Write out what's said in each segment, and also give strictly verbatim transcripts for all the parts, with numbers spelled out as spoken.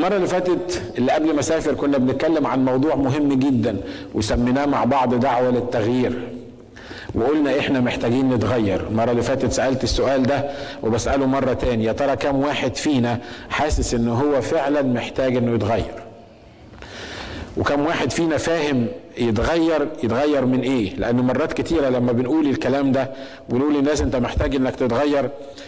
المرة اللي فاتت اللي قبل ما اسافر كنا بنتكلم عن موضوع مهم جدا وسميناه مع بعض دعوة للتغيير، وقلنا احنا محتاجين نتغير. المرة اللي فاتت سألت السؤال ده وبسأله مرة تاني، يا ترى كم واحد فينا حاسس ان هو فعلا محتاج انه يتغير؟ وكم واحد فينا فاهم يتغير يتغير من ايه؟ لان مرات كتيرة لما بنقول الكلام ده ونقول للناس انت محتاج انك تتغير،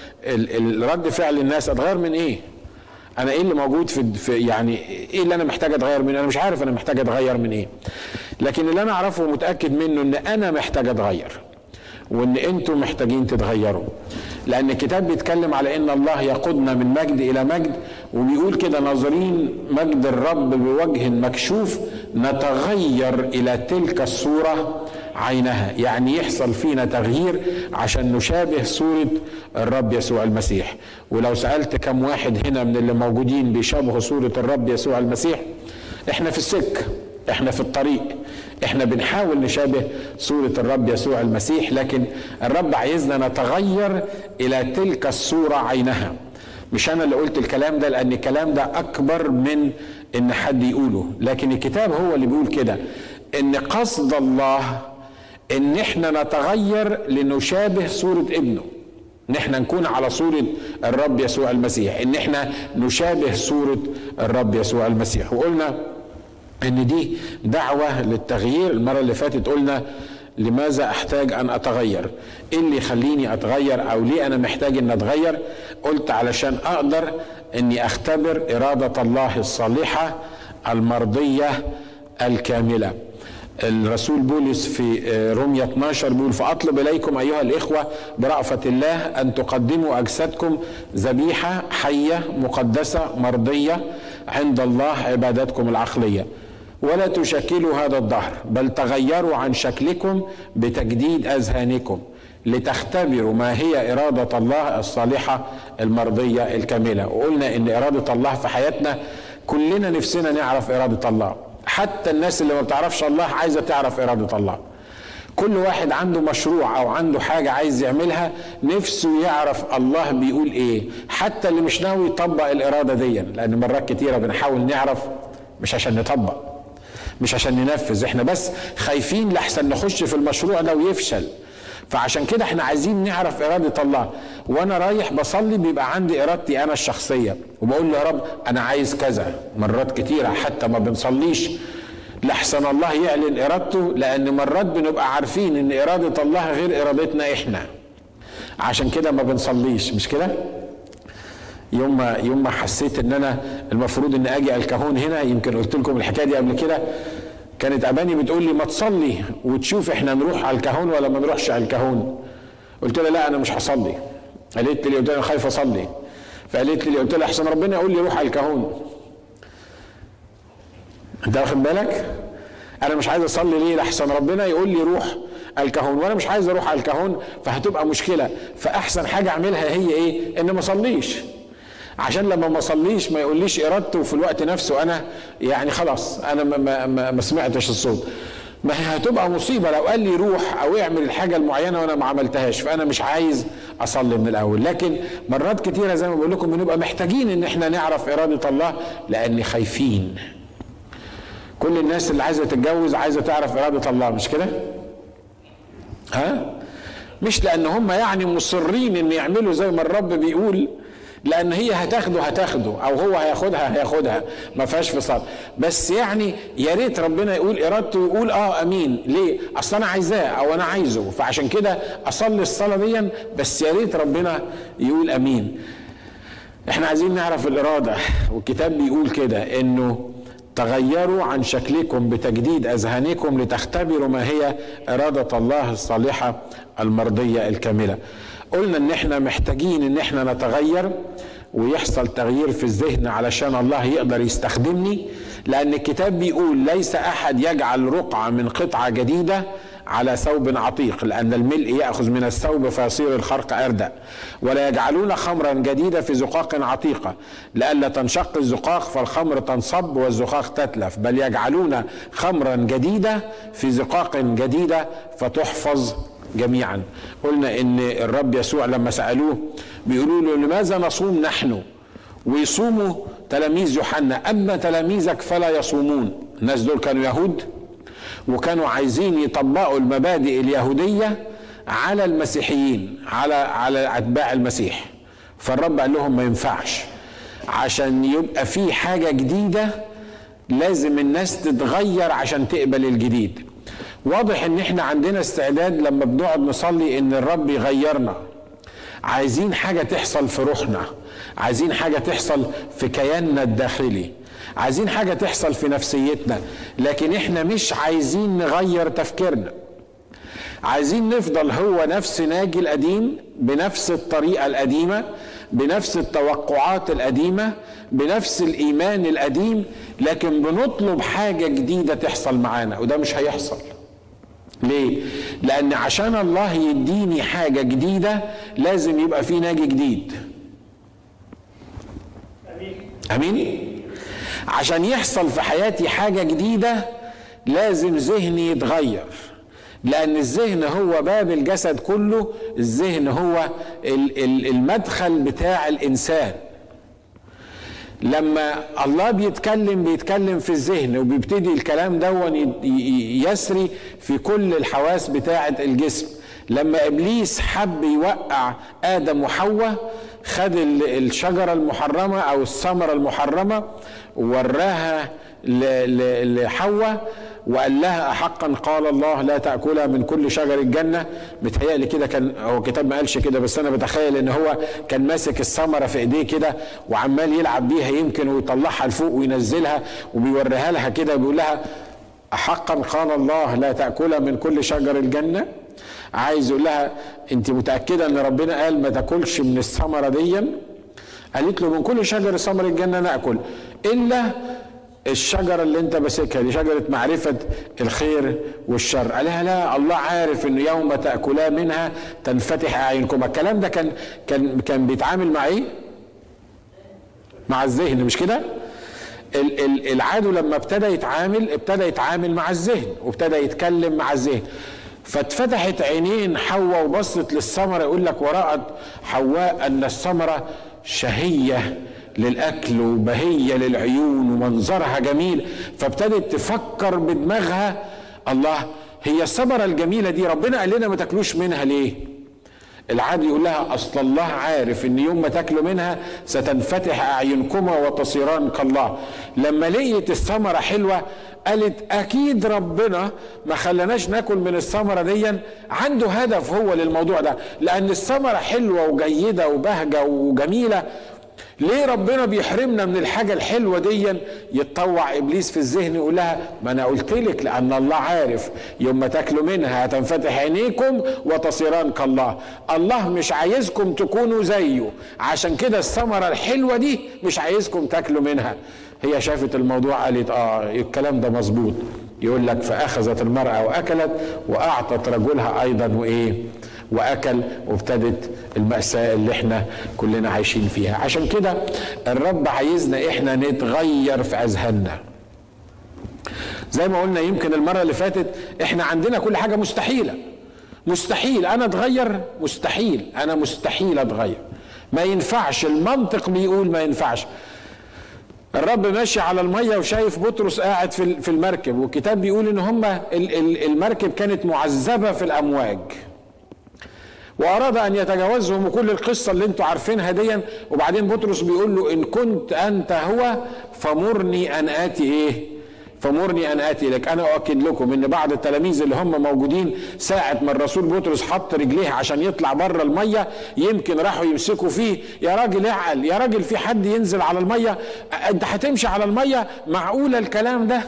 الرد فعل الناس اتغير من ايه؟ انا ايه اللي موجود في يعني ايه اللي انا محتاج اتغير منه؟ انا مش عارف انا محتاج اتغير من ايه، لكن اللي انا اعرفه ومتاكد منه ان انا محتاج اتغير، وان انتم محتاجين تتغيروا، لان الكتاب بيتكلم على ان الله يقودنا من مجد الى مجد، وبيقول كده ناظرين مجد الرب بوجه مكشوف نتغير الى تلك الصوره عينها، يعني يحصل فينا تغيير عشان نشابه صورة الرب يسوع المسيح. ولو سألت كم واحد هنا من اللي موجودين بيشابهوا صورة الرب يسوع المسيح، احنا في السكة، احنا في الطريق، احنا بنحاول نشابه صورة الرب يسوع المسيح، لكن الرب عايزنا نتغير الى تلك الصورة عينها. مش انا اللي قلت الكلام ده، لان الكلام ده اكبر من ان حد يقوله، لكن الكتاب هو اللي بيقول كده، ان قصد الله ان احنا نتغير لنشابه صورة ابنه، ان احنا نكون على صورة الرب يسوع المسيح، ان احنا نشابه صورة الرب يسوع المسيح. وقلنا ان دي دعوة للتغيير. المرة اللي فاتت قلنا لماذا احتاج ان اتغير؟ ايه اللي يخليني اتغير او ليه انا محتاج ان اتغير؟ قلت علشان اقدر اني اختبر ارادة الله الصالحة المرضية الكاملة. الرسول بولس في رومية اثناشر بيقول فأطلب إليكم أيها الإخوة برأفة الله أن تقدموا أجسادكم ذبيحة حية مقدسة مرضية عند الله عبادتكم العقلية، ولا تشكلوا هذا الدهر بل تغيروا عن شكلكم بتجديد أذهانكم لتختبروا ما هي إرادة الله الصالحة المرضية الكاملة. وقلنا إن إرادة الله في حياتنا كلنا نفسنا نعرف إرادة الله، حتى الناس اللي ما بتعرفش الله عايزة تعرف إرادة الله. كل واحد عنده مشروع أو عنده حاجة عايز يعملها نفسه يعرف الله بيقول إيه، حتى اللي مش ناوي يطبق الإرادة دي، لأن مرات كتيرة بنحاول نعرف مش عشان نطبق، مش عشان ننفذ، احنا بس خايفين لحسن نخش في المشروع ده ويفشل. فعشان كده احنا عايزين نعرف إرادة الله. وانا رايح بصلي بيبقى عندي إرادتي انا الشخصية، وبقول له يا رب انا عايز كذا. مرات كتيرة حتى ما بنصليش لحسن الله يعلن إرادته، لان مرات بنبقى عارفين ان إرادة الله غير إرادتنا احنا، عشان كده ما بنصليش. مش كده؟ يوم ما يوم ما حسيت ان انا المفروض ان اجي الكهون هنا، يمكن قلت لكم الحكايه دي قبل كده، كانت اباني بتقول لي ما تصلي وتشوف احنا نروح على الكهون ولا ما نروحش على الكهون. قلت لها لا انا مش هصلي. قالت لي، قلت لها خايفه اصلي. فقالت لي، قلت لها احسن ربنا يقول لي روح على الكهون. انت واخد بالك؟ انا مش عايز اصلي ليه؟ لحسن ربنا يقول لي روح الكهون، وانا مش عايز اروح على الكهون فهتبقى مشكله. فاحسن حاجه اعملها هي ايه؟ ان ما اصليش، عشان لما ما اصليش ما يقوليش ارادته في الوقت نفسه انا يعني خلاص انا ما, ما, ما سمعتش الصوت. ما هي هتبقى مصيبه لو قال لي روح او اعمل الحاجه المعينه وانا ما عملتهاش، فانا مش عايز اصلي من الاول. لكن مرات كتيره زي ما بقول لكم بنبقى محتاجين ان احنا نعرف اراده الله لان خايفين. كل الناس اللي عايزه تتجوز عايزه تعرف اراده الله، مش كده؟ ها؟ مش لان هم يعني مصرين ان يعملوا زي ما الرب بيقول، لان هي هتاخده هتاخده او هو هياخدها هياخدها، ما فيهاش فصال. بس يعني يا ريت ربنا يقول ارادته ويقول اه امين. ليه؟ اصل انا عايزاه او انا عايزه، فعشان كده اصلي الصلاه دي، بس يا ريت ربنا يقول امين. احنا عايزين نعرف الاراده، والكتاب بيقول كده انه تغيروا عن شكلكم بتجديد اذهانكم لتختبروا ما هي اراده الله الصالحه المرضيه الكامله. قلنا ان احنا محتاجين ان احنا نتغير ويحصل تغيير في الذهن علشان الله يقدر يستخدمني، لان الكتاب بيقول ليس احد يجعل رقعة من قطعة جديدة على ثوب عتيق، لان الملء يأخذ من الثوب فيصير الخرق اردأ، ولا يجعلون خمرا جديدة في زقاق عتيقة لئلا تنشق الزقاق فالخمر تنصب والزقاق تتلف، بل يجعلون خمرا جديدة في زقاق جديدة فتحفظ جميعا. قلنا ان الرب يسوع لما سألوه بيقولوا له لماذا نصوم نحن ويصوموا تلاميذ يوحنا: أما تلاميذك فلا يصومون. الناس دول كانوا يهود وكانوا عايزين يطبقوا المبادئ اليهودية على المسيحيين، على على أتباع المسيح. فالرب قال لهم ما ينفعش، عشان يبقى في حاجة جديدة لازم الناس تتغير عشان تقبل الجديد. واضح ان احنا عندنا استعداد لما بنقعد نصلي ان الرب يغيرنا. عايزين حاجة تحصل في روحنا، عايزين حاجة تحصل في كياننا الداخلي، عايزين حاجة تحصل في نفسيتنا، لكن احنا مش عايزين نغير تفكيرنا. عايزين نفضل هو نفس ناجي القديم، بنفس الطريقة القديمة، بنفس التوقعات القديمة، بنفس الإيمان القديم، لكن بنطلب حاجة جديدة تحصل معانا، وده مش هيحصل. ليه؟ لأن عشان الله يديني حاجة جديدة لازم يبقى في ناجي جديد. أمين؟ عشان يحصل في حياتي حاجة جديدة لازم ذهني يتغير، لأن الذهن هو باب الجسد كله. الذهن هو المدخل بتاع الإنسان. لما الله بيتكلم بيتكلم في الذهن، وبيبتدي الكلام دون يسري في كل الحواس بتاعة الجسم. لما إبليس حب يوقع آدم وحواء، خد الشجرة المحرمة أو الثمرة المحرمة ووراها لحواء وقال لها: أحقا قال الله لا تأكلها من كل شجر الجنة. متهيألي كده، كان هو الكتاب ما قالش كده، بس أنا بتخيل إن هو كان ماسك الثمرة في إيديه كده وعمال يلعب بيها يمكن، ويطلعها لفوق وينزلها وبيوريها لها كده، وبيقول لها: أحقا قال الله لا تأكلها من كل شجر الجنة. عايز يقول لها: أنت متأكدة إن ربنا قال ما تاكلش من الثمرة دي؟ قالت له: من كل شجر ثمر الجنة نأكل إلا الشجرة اللي انت ماسكها دي، شجرة معرفة الخير والشر. قالها: لا، الله عارف انه يوم تأكلا منها تنفتح اعينكم. الكلام ده كان كان كان بيتعامل مع ايه؟ مع الذهن، مش كده؟ العدو لما ابتدى يتعامل ابتدى يتعامل مع الذهن، وابتدى يتكلم مع الذهن. فاتفتحت عينين حواء وبصت للثمرة. يقول لك: ورأت حواء ان الثمرة شهية للأكل وبهية للعيون ومنظرها جميل، فابتدت تفكر بدماغها: الله، هي الثمرة الجميلة دي ربنا قال لنا ما تاكلوش منها ليه؟ العادي يقول لها: أصل الله عارف إن يوم ما تاكلوا منها ستنفتح أعينكما وتصيران كالله. لما لقيت الثمرة حلوة قالت: أكيد ربنا ما خلناش ناكل من الثمرة دي، عنده هدف هو للموضوع ده، لأن الثمرة حلوة وجيدة وبهجة وجميلة. ليه ربنا بيحرمنا من الحاجة الحلوة دي؟ يتطوع إبليس في الذهن يقول لها: ما أنا قلت لك، لأن الله عارف يوم ما تاكلوا منها هتنفتح عينيكم وتصيران كالله. الله مش عايزكم تكونوا زيه، عشان كده الثمرة الحلوة دي مش عايزكم تاكلوا منها. هي شافت الموضوع قالت: آه الكلام ده مظبوط. يقول لك: فأخذت المرأة وأكلت وأعطت رجلها أيضا وإيه؟ وأكل. وابتدت المأساة اللي احنا كلنا عايشين فيها. عشان كده الرب عايزنا احنا نتغير في أذهاننا. زي ما قلنا يمكن المرة اللي فاتت، احنا عندنا كل حاجة مستحيلة. مستحيل أنا أتغير، مستحيل أنا مستحيل أتغير، ما ينفعش. المنطق بيقول ما ينفعش. الرب ماشي على المية وشايف بطرس قاعد في المركب، والكتاب بيقول ان هم المركب كانت معذبة في الأمواج، وأراد أن يتجاوزهم، وكل القصة اللي انتوا عارفينها دي. وبعدين بطرس بيقول له: إن كنت أنت هو فمرني أن آتي إيه؟ فمرني أن آتي لك. أنا أؤكد لكم إن بعض التلاميذ اللي هم موجودين ساعة ما الرسول بطرس حط رجليه عشان يطلع بره المية، يمكن راحوا يمسكوا فيه: يا راجل اعقل، يا راجل في حد ينزل على المية؟ أنت هتمشي على المية؟ معقولة الكلام ده؟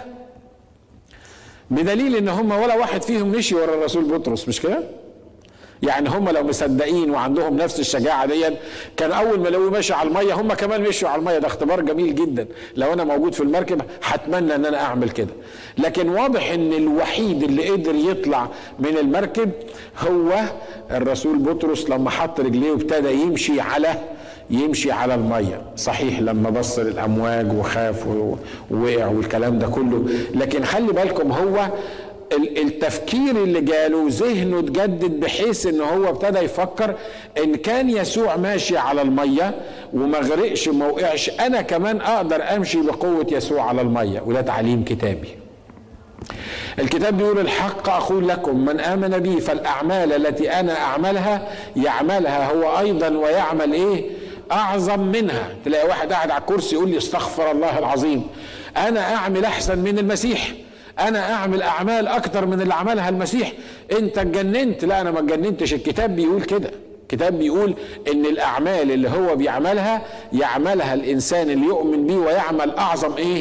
بدليل إن هم ولا واحد فيهم مشي ورا الرسول بطرس، مش كده؟ يعني هم لو مصدقين وعندهم نفس الشجاعة دي كان أول ما لقوه ماشي على المية هم كمان مشوا على المية. ده اختبار جميل جدا. لو أنا موجود في المركب هتمنى أن أنا أعمل كده. لكن واضح أن الوحيد اللي قدر يطلع من المركب هو الرسول بطرس، لما حط رجليه وابتدى يمشي على يمشي على المية. صحيح لما بص للأمواج وخاف ووقع والكلام ده كله، لكن خلي بالكم هو التفكير اللي جاله ذهنه اتجدد بحيث ان هو ابتدى يفكر ان كان يسوع ماشي على الميه وما غرقش وما وقعش، انا كمان اقدر امشي بقوه يسوع على الميه. وده تعليم كتابي. الكتاب بيقول الحق اقول لكم من امن بي فالاعمال التي انا اعملها يعملها هو ايضا ويعمل ايه؟ اعظم منها. تلاقي واحد قاعد على الكرسي يقول لي استغفر الله العظيم، انا اعمل احسن من المسيح، انا اعمل اعمال اكتر من اللي عملها المسيح. انت اتجننت. لا انا ما اتجننتش، الكتاب بيقول كده. الكتاب بيقول ان الاعمال اللي هو بيعملها يعملها الانسان اللي يؤمن بيه ويعمل اعظم ايه؟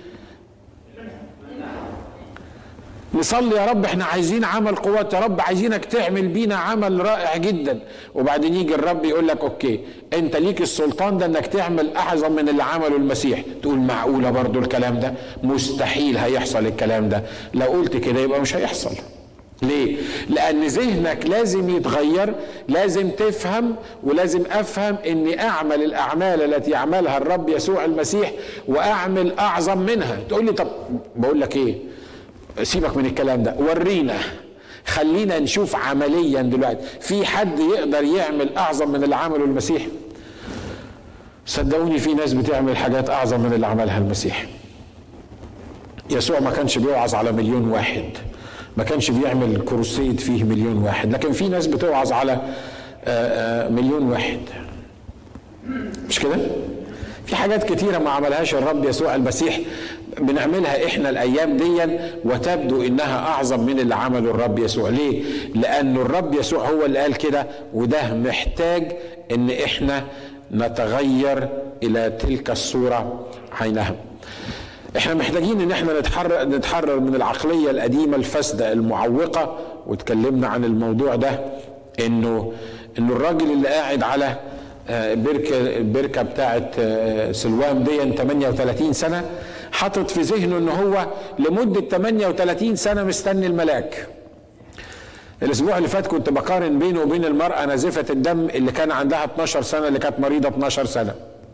نصلي يا رب احنا عايزين عمل قوات، يا رب عايزينك تعمل بينا عمل رائع جدا، وبعدين يجي الرب يقول لك اوكي انت ليك السلطان ده انك تعمل اعظم من اللي عمله المسيح. تقول معقوله برضو الكلام ده؟ مستحيل هيحصل الكلام ده. لو قلت كده يبقى مش هيحصل. ليه؟ لان ذهنك لازم يتغير، لازم تفهم ولازم افهم اني اعمل الاعمال التي يعملها الرب يسوع المسيح واعمل اعظم منها. تقول لي طب بقول لك ايه، سيبك من الكلام ده، ورينا، خلينا نشوف عمليا دلوقتي في حد يقدر يعمل اعظم من اللي عمله المسيح. صدقوني في ناس بتعمل حاجات اعظم من اللي عملها المسيح. يسوع ما كانش بيوعظ على مليون واحد، ما كانش بيعمل كروسيد فيه مليون واحد، لكن في ناس بتوعظ على مليون واحد، مش كده؟ في حاجات كتيرة ما عملهاش الرب يسوع المسيح بنعملها احنا الايام دي وتبدو انها اعظم من اللي عمله الرب يسوع. ليه؟ لانه الرب يسوع هو اللي قال كده، وده محتاج ان احنا نتغير الى تلك الصورة عينها. احنا محتاجين ان احنا نتحرر نتحرر من العقلية القديمة الفاسدة المعوقة، واتكلمنا عن الموضوع ده، انه انه الراجل اللي قاعد على بركة البركة بتاعت سلوام دي ثمانية وثلاثين سنة، حاطط في ذهنه ان هو لمدة ثمانية وثلاثين سنة مستني الملاك. الاسبوع اللي فات كنت بقارن بينه وبين المرأة نازفة الدم اللي كان عندها اتناشر سنة، اللي كانت مريضة اتناشر سنة.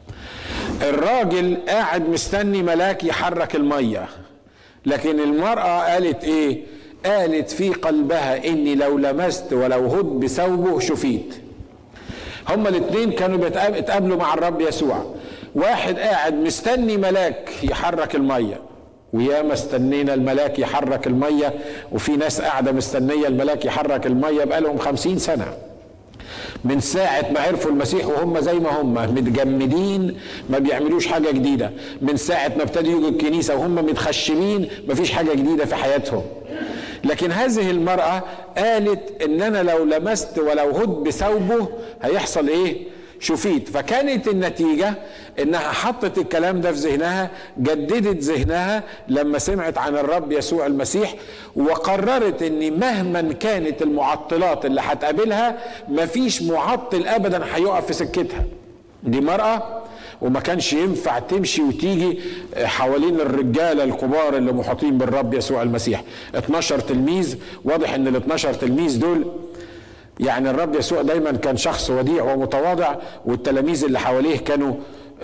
الراجل قاعد مستني ملاك يحرك المية، لكن المرأة قالت ايه؟ قالت في قلبها اني لو لمست ولو هد بثوبه شفيت. هما الاثنين كانوا بيتقابلوا مع الرب يسوع، واحد قاعد مستني ملاك يحرك المية، وياما استنينا الملاك يحرك المية، وفي ناس قاعدة مستنية الملاك يحرك المية بقالهم خمسين سنة من ساعة ما عرفوا المسيح وهم زي ما هم متجمدين ما بيعملوش حاجة جديدة، من ساعة ما ابتدوا يجوا الكنيسة وهم متخشمين ما فيش حاجة جديدة في حياتهم. لكن هذه المرأة قالت ان انا لو لمست ولو هد بثوبه هيحصل ايه؟ شفيت. فكانت النتيجة انها حطت الكلام ده في ذهنها، جددت ذهنها لما سمعت عن الرب يسوع المسيح، وقررت ان مهما كانت المعطلات اللي هتقابلها مفيش معطل ابدا هيقف في سكتها. دي مرأة وما كانش ينفع تمشي وتيجي حوالين الرجالة الكبار اللي محاطين بالرب يسوع المسيح. اتناشر تلميذ، واضح ان ال اتناشر تلميذ دول يعني الرب يسوع دايما كان شخص وديع ومتواضع، والتلاميذ اللي حواليه كانوا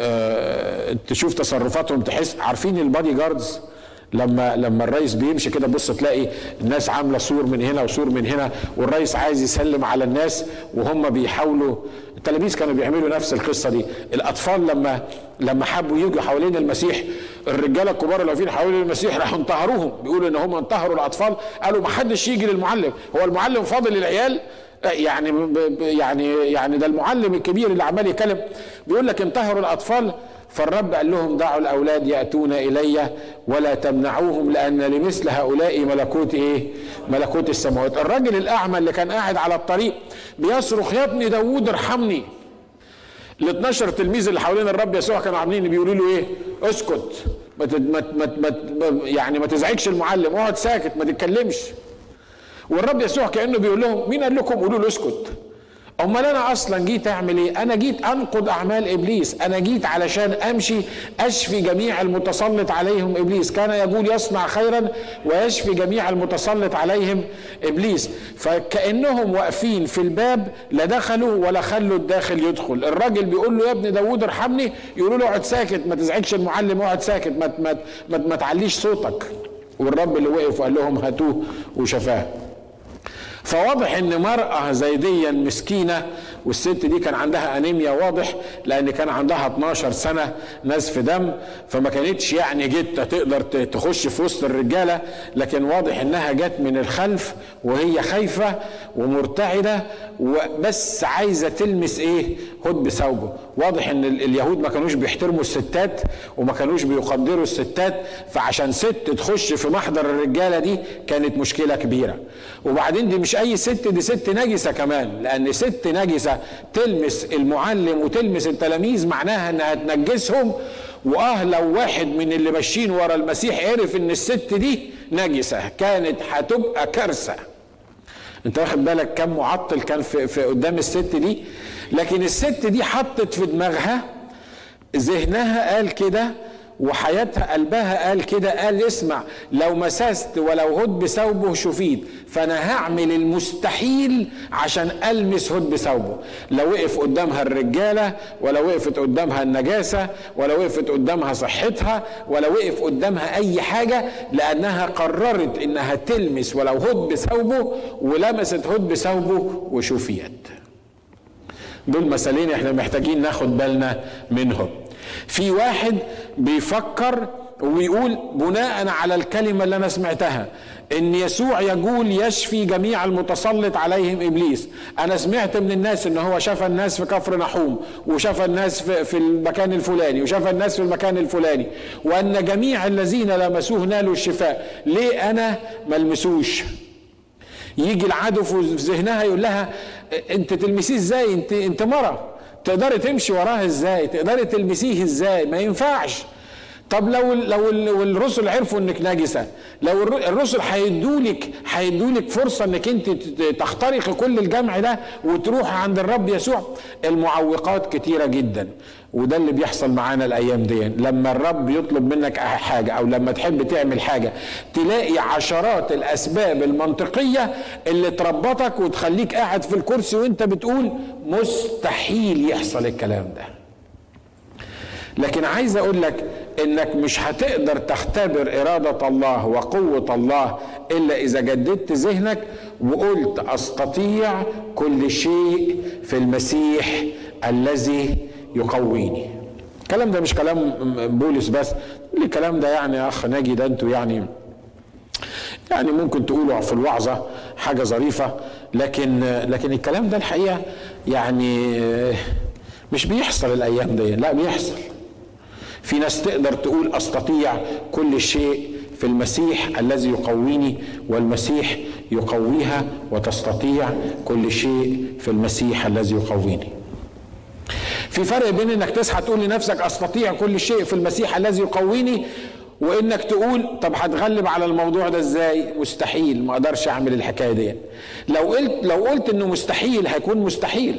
اه تشوف تصرفاتهم تحس عارفين البادي جاردز. لما لما الرئيس بيمشي كده بص تلاقي الناس عامله سور من هنا وسور من هنا، والرئيس عايز يسلم على الناس وهم بيحاولوا. التلاميذ كانوا بيعملوا نفس القصه دي. الاطفال لما لما حبوا يجوا حوالين المسيح، الرجاله الكبار اللي واقفين حوالين المسيح راحوا انتهروهم، بيقولوا ان هم انتهروا الاطفال، قالوا ما حدش يجي للمعلم، هو المعلم فاضل للعيال؟ يعني يعني يعني ده المعلم الكبير اللي عمال يتكلم بيقول لك انتهروا الاطفال. فالرب قال لهم دعوا الاولاد ياتون الي ولا تمنعوهم لان لمثل هؤلاء ملكوت ايه؟ ملكوت السماوات. الراجل الاعمى اللي كان قاعد على الطريق بيصرخ يا ابني داوود ارحمني. ال اتناشر تلميذ اللي حوالين الرب يسوع كانوا عاملين بيقولوا له ايه؟ اسكت، ما ما ما يعني ما تزعجش المعلم، اقعد ساكت ما تتكلمش. والرب يسوع كانه بيقول لهم مين قال لكم قولوا له اسكت؟ امال انا اصلا جيت اعمل ايه؟ انا جيت انقض اعمال ابليس، انا جيت علشان امشي اشفي جميع المتسلط عليهم ابليس. كان يقول يصنع خيرا ويشفي جميع المتسلط عليهم ابليس. فكانهم واقفين في الباب لا دخلوا ولا خلوا الداخل يدخل. الراجل بيقول له يا ابن داوود ارحمني، يقولوا له اقعد ساكت ما تزعجش المعلم، اقعد ساكت ما ما ما, ما تعليش صوتك. والرب اللي وقف وقال لهم هاتوه وشفاه. فواضح ان مرأة زي دي مسكينة، والست دي كان عندها انيميا واضح، لان كان عندها اتناشر سنة نزف دم، فما كانتش يعني جتة تقدر تخش في وسط الرجالة، لكن واضح انها جت من الخلف وهي خايفة ومرتعدة وبس عايزة تلمس ايه؟ هد ثوبه. واضح ان اليهود ما كانوش بيحترموا الستات وما كانوش بيقدروا الستات، فعشان ست تخش في محضر الرجالة دي كانت مشكلة كبيرة. وبعدين دي مش اي ست، دي ست نجسة كمان، لان ست نجسة تلمس المعلم وتلمس التلاميذ معناها انها تنجسهم. واه لو واحد من اللي ماشيين ورا المسيح عرف ان الست دي نجسة كانت هتبقى كارثة. انت واخد بالك كم معطل كان في, في قدام الست دي؟ لكن الست دي حطت في دماغها، ذهنها قال كده وحياتها قلبها قال كده، قال اسمع لو مسست ولو هد بثوبه شفيت، فانا هعمل المستحيل عشان المس هد بثوبه. لو وقف قدامها الرجاله، ولا وقفت قدامها النجاسه، ولا وقفت قدامها صحتها، ولا وقف قدامها اي حاجه، لانها قررت انها تلمس ولو هد بثوبه، ولمست هد بثوبه وشفيت. دول مثالين احنا محتاجين ناخد بالنا منهم. في واحد بيفكر ويقول بناء على الكلمة اللي أنا سمعتها إن يسوع يقول يشفي جميع المتسلط عليهم إبليس. أنا سمعت من الناس إن هو شفى الناس في كفر نحوم، وشفى الناس في, في المكان الفلاني، وشفى الناس في المكان الفلاني، وأن جميع الذين لمسوه نالوا الشفاء. ليه أنا ملمسوش؟ يجي العدو في ذهنها يقول لها أنت تلمسيه إزاي؟ أنت أنت مرة تقدري تمشي وراه ازاي؟ تقدري تلمسيه ازاي؟ ما ينفعش. طب لو لو الرسل عرفوا انك نجسه، لو الرسل هيدولك هيدولك فرصه انك انت تخترقي كل الجمع ده وتروح عند الرب يسوع. المعوقات كتيره جدا، وده اللي بيحصل معانا الايام دي. لما الرب يطلب منك حاجه او لما تحب تعمل حاجه تلاقي عشرات الاسباب المنطقيه اللي تربطك وتخليك قاعد في الكرسي وانت بتقول مستحيل يحصل الكلام ده. لكن عايز اقول لك انك مش هتقدر تختبر ارادة الله وقوة الله الا اذا جددت ذهنك وقلت استطيع كل شيء في المسيح الذي يقويني. الكلام ده مش كلام بولس بس، الكلام ده يعني يا اخ ناجي ده انتوا يعني يعني ممكن تقولوا في الوعظة حاجة ظريفة، لكن لكن الكلام ده الحقيقة يعني مش بيحصل الايام دي. لا بيحصل. في ناس تقدر تقول استطيع كل شيء في المسيح الذي يقويني، والمسيح يقويها وتستطيع كل شيء في المسيح الذي يقويني. في فرق بين انك تصحى تقول لنفسك استطيع كل شيء في المسيح الذي يقويني، وانك تقول طب هتغلب على الموضوع ده ازاي؟ مستحيل، ما اقدرش اعمل الحكايه دي. لو قلت لو قلت انه مستحيل هيكون مستحيل،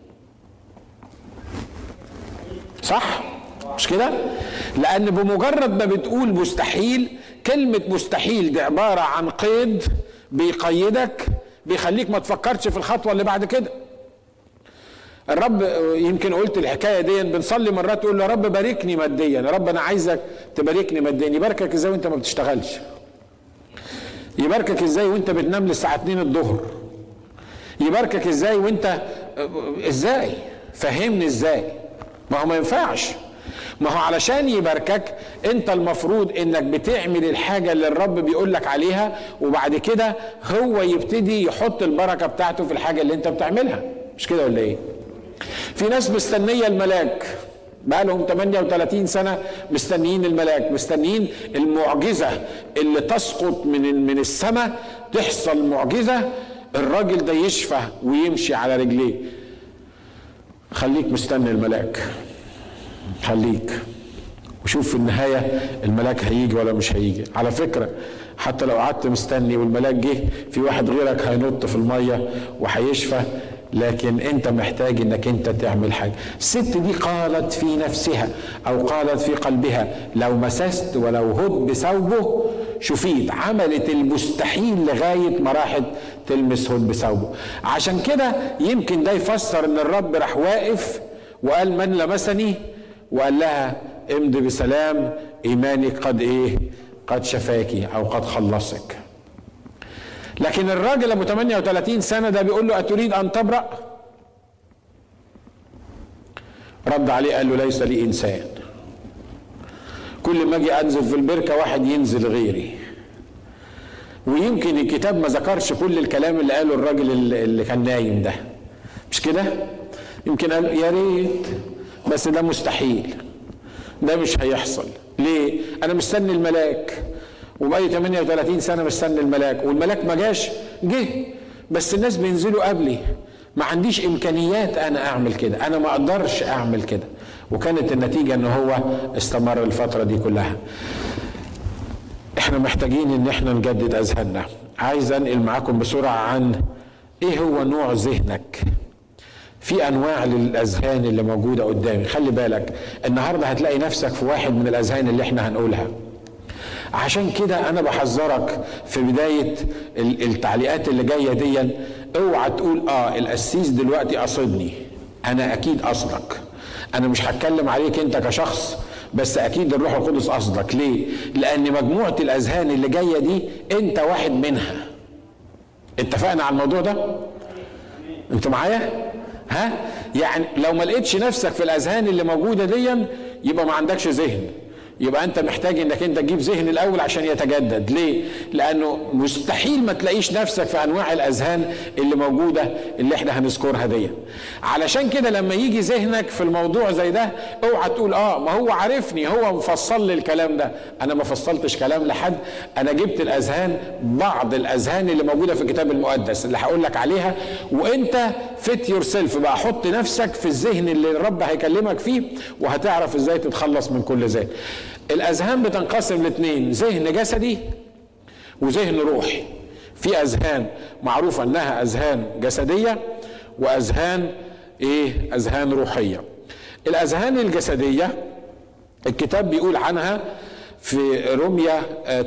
صح؟ مش كده؟ لأن بمجرد ما بتقول مستحيل، كلمة مستحيل دي عبارة عن قيد بيقيدك، بيخليك ما تفكرش في الخطوة اللي بعد كده. الرب يمكن قلت الحكاية دي، بنصلي مرات تقول له يا رب باركني ماديا، يا رب أنا عايزك تباركني ماديا. يباركك إزاي وأنت ما بتشتغلش؟ يباركك إزاي وأنت بتنام للساعة اتنين الظهر؟ يباركك إزاي وأنت إزاي؟ فهمني إزاي؟ ما هو ما ينفعش. ما هو علشان يباركك انت المفروض انك بتعمل الحاجة اللي الرب بيقولك عليها، وبعد كده هو يبتدي يحط البركة بتاعته في الحاجة اللي انت بتعملها. مش كده ولا ايه؟ في ناس مستنية الملاك بقى لهم ثمانية وثلاثين سنة مستنيين الملاك، مستنيين المعجزة اللي تسقط من من السماء، تحصل معجزة الراجل ده يشفى ويمشي على رجليه. خليك مستني الملاك، خليك وشوف في النهاية الملاك هيجي ولا مش هيجي. على فكرة حتى لو قعدت مستني والملاك جه، في واحد غيرك هينط في المية وهيشفى، لكن انت محتاج انك انت تعمل حاجة. الست دي قالت في نفسها او قالت في قلبها لو مسست ولو هد بثوبه شفيت. عملت المستحيل لغاية ما راحت تلمس هد بثوبه. عشان كده يمكن ده يفسر ان الرب راح واقف وقال من لمسني، وقال لها امضي بسلام ايمانك قد ايه قد شفاكي او قد خلصك. لكن الراجل ابو ثمانية وثلاثين سنة ده بيقول له اتريد ان تبرأ؟ رد عليه قال له ليس لي انسان، كل ما اجي انزل في البركة واحد ينزل غيري. ويمكن الكتاب ما ذكرش كل الكلام اللي قاله الراجل اللي كان نايم ده، مش كده؟ يمكن قال يا ريت، بس ده مستحيل، ده مش هيحصل. ليه؟ انا مستني الملاك، وبقالي ثمانية وثلاثين سنة مستني الملاك، والملاك ما جاش، جه بس الناس بينزلوا قبلي، ما عنديش امكانيات انا اعمل كده، انا ما اقدرش اعمل كده. وكانت النتيجة ان هو استمر الفترة دي كلها. احنا محتاجين ان احنا نجدد اذهاننا. عايز انقل معاكم بسرعة عن ايه هو نوع ذهنك. في انواع للاذهان اللي موجودة قدامي، خلي بالك النهاردة هتلاقي نفسك في واحد من الاذهان اللي احنا هنقولها. عشان كده انا بحذرك في بداية التعليقات اللي جاية دي، اوعى تقول اه القسيس دلوقتي قصدني. انا اكيد قصدك، انا مش هتكلم عليك انت كشخص، بس اكيد الروح القدس قصدك. ليه؟ لان مجموعة الاذهان اللي جاية دي انت واحد منها. اتفقنا على الموضوع ده؟ انتوا معايا؟ ها؟ يعني لو ما لقيتش نفسك في الاذهان اللي موجودة دي يبقى ما عندكش ذهن، يبقى انت محتاج انك انت تجيب ذهن الاول عشان يتجدد. ليه؟ لانه مستحيل ما تلاقيش نفسك في انواع الاذهان اللي موجوده اللي احنا هنذكرها دي. علشان كده لما يجي ذهنك في الموضوع زي ده اوعى تقول اه ما هو عارفني، هو مفصل لي الكلام ده. انا ما فصلتش كلام لحد، انا جبت الاذهان، بعض الاذهان اللي موجوده في الكتاب المقدس اللي هقول لك عليها، وانت فيت يور سيلف بقى، حط نفسك في الذهن اللي الرب هيكلمك فيه، وهتعرف ازاي تتخلص من كل ذهن. الاذهان بتنقسم لاثنين، ذهن جسدي وذهن روحي. في اذهان معروفه انها اذهان جسديه، واذهان ايه؟ اذهان روحيه. الاذهان الجسديه الكتاب بيقول عنها في رمية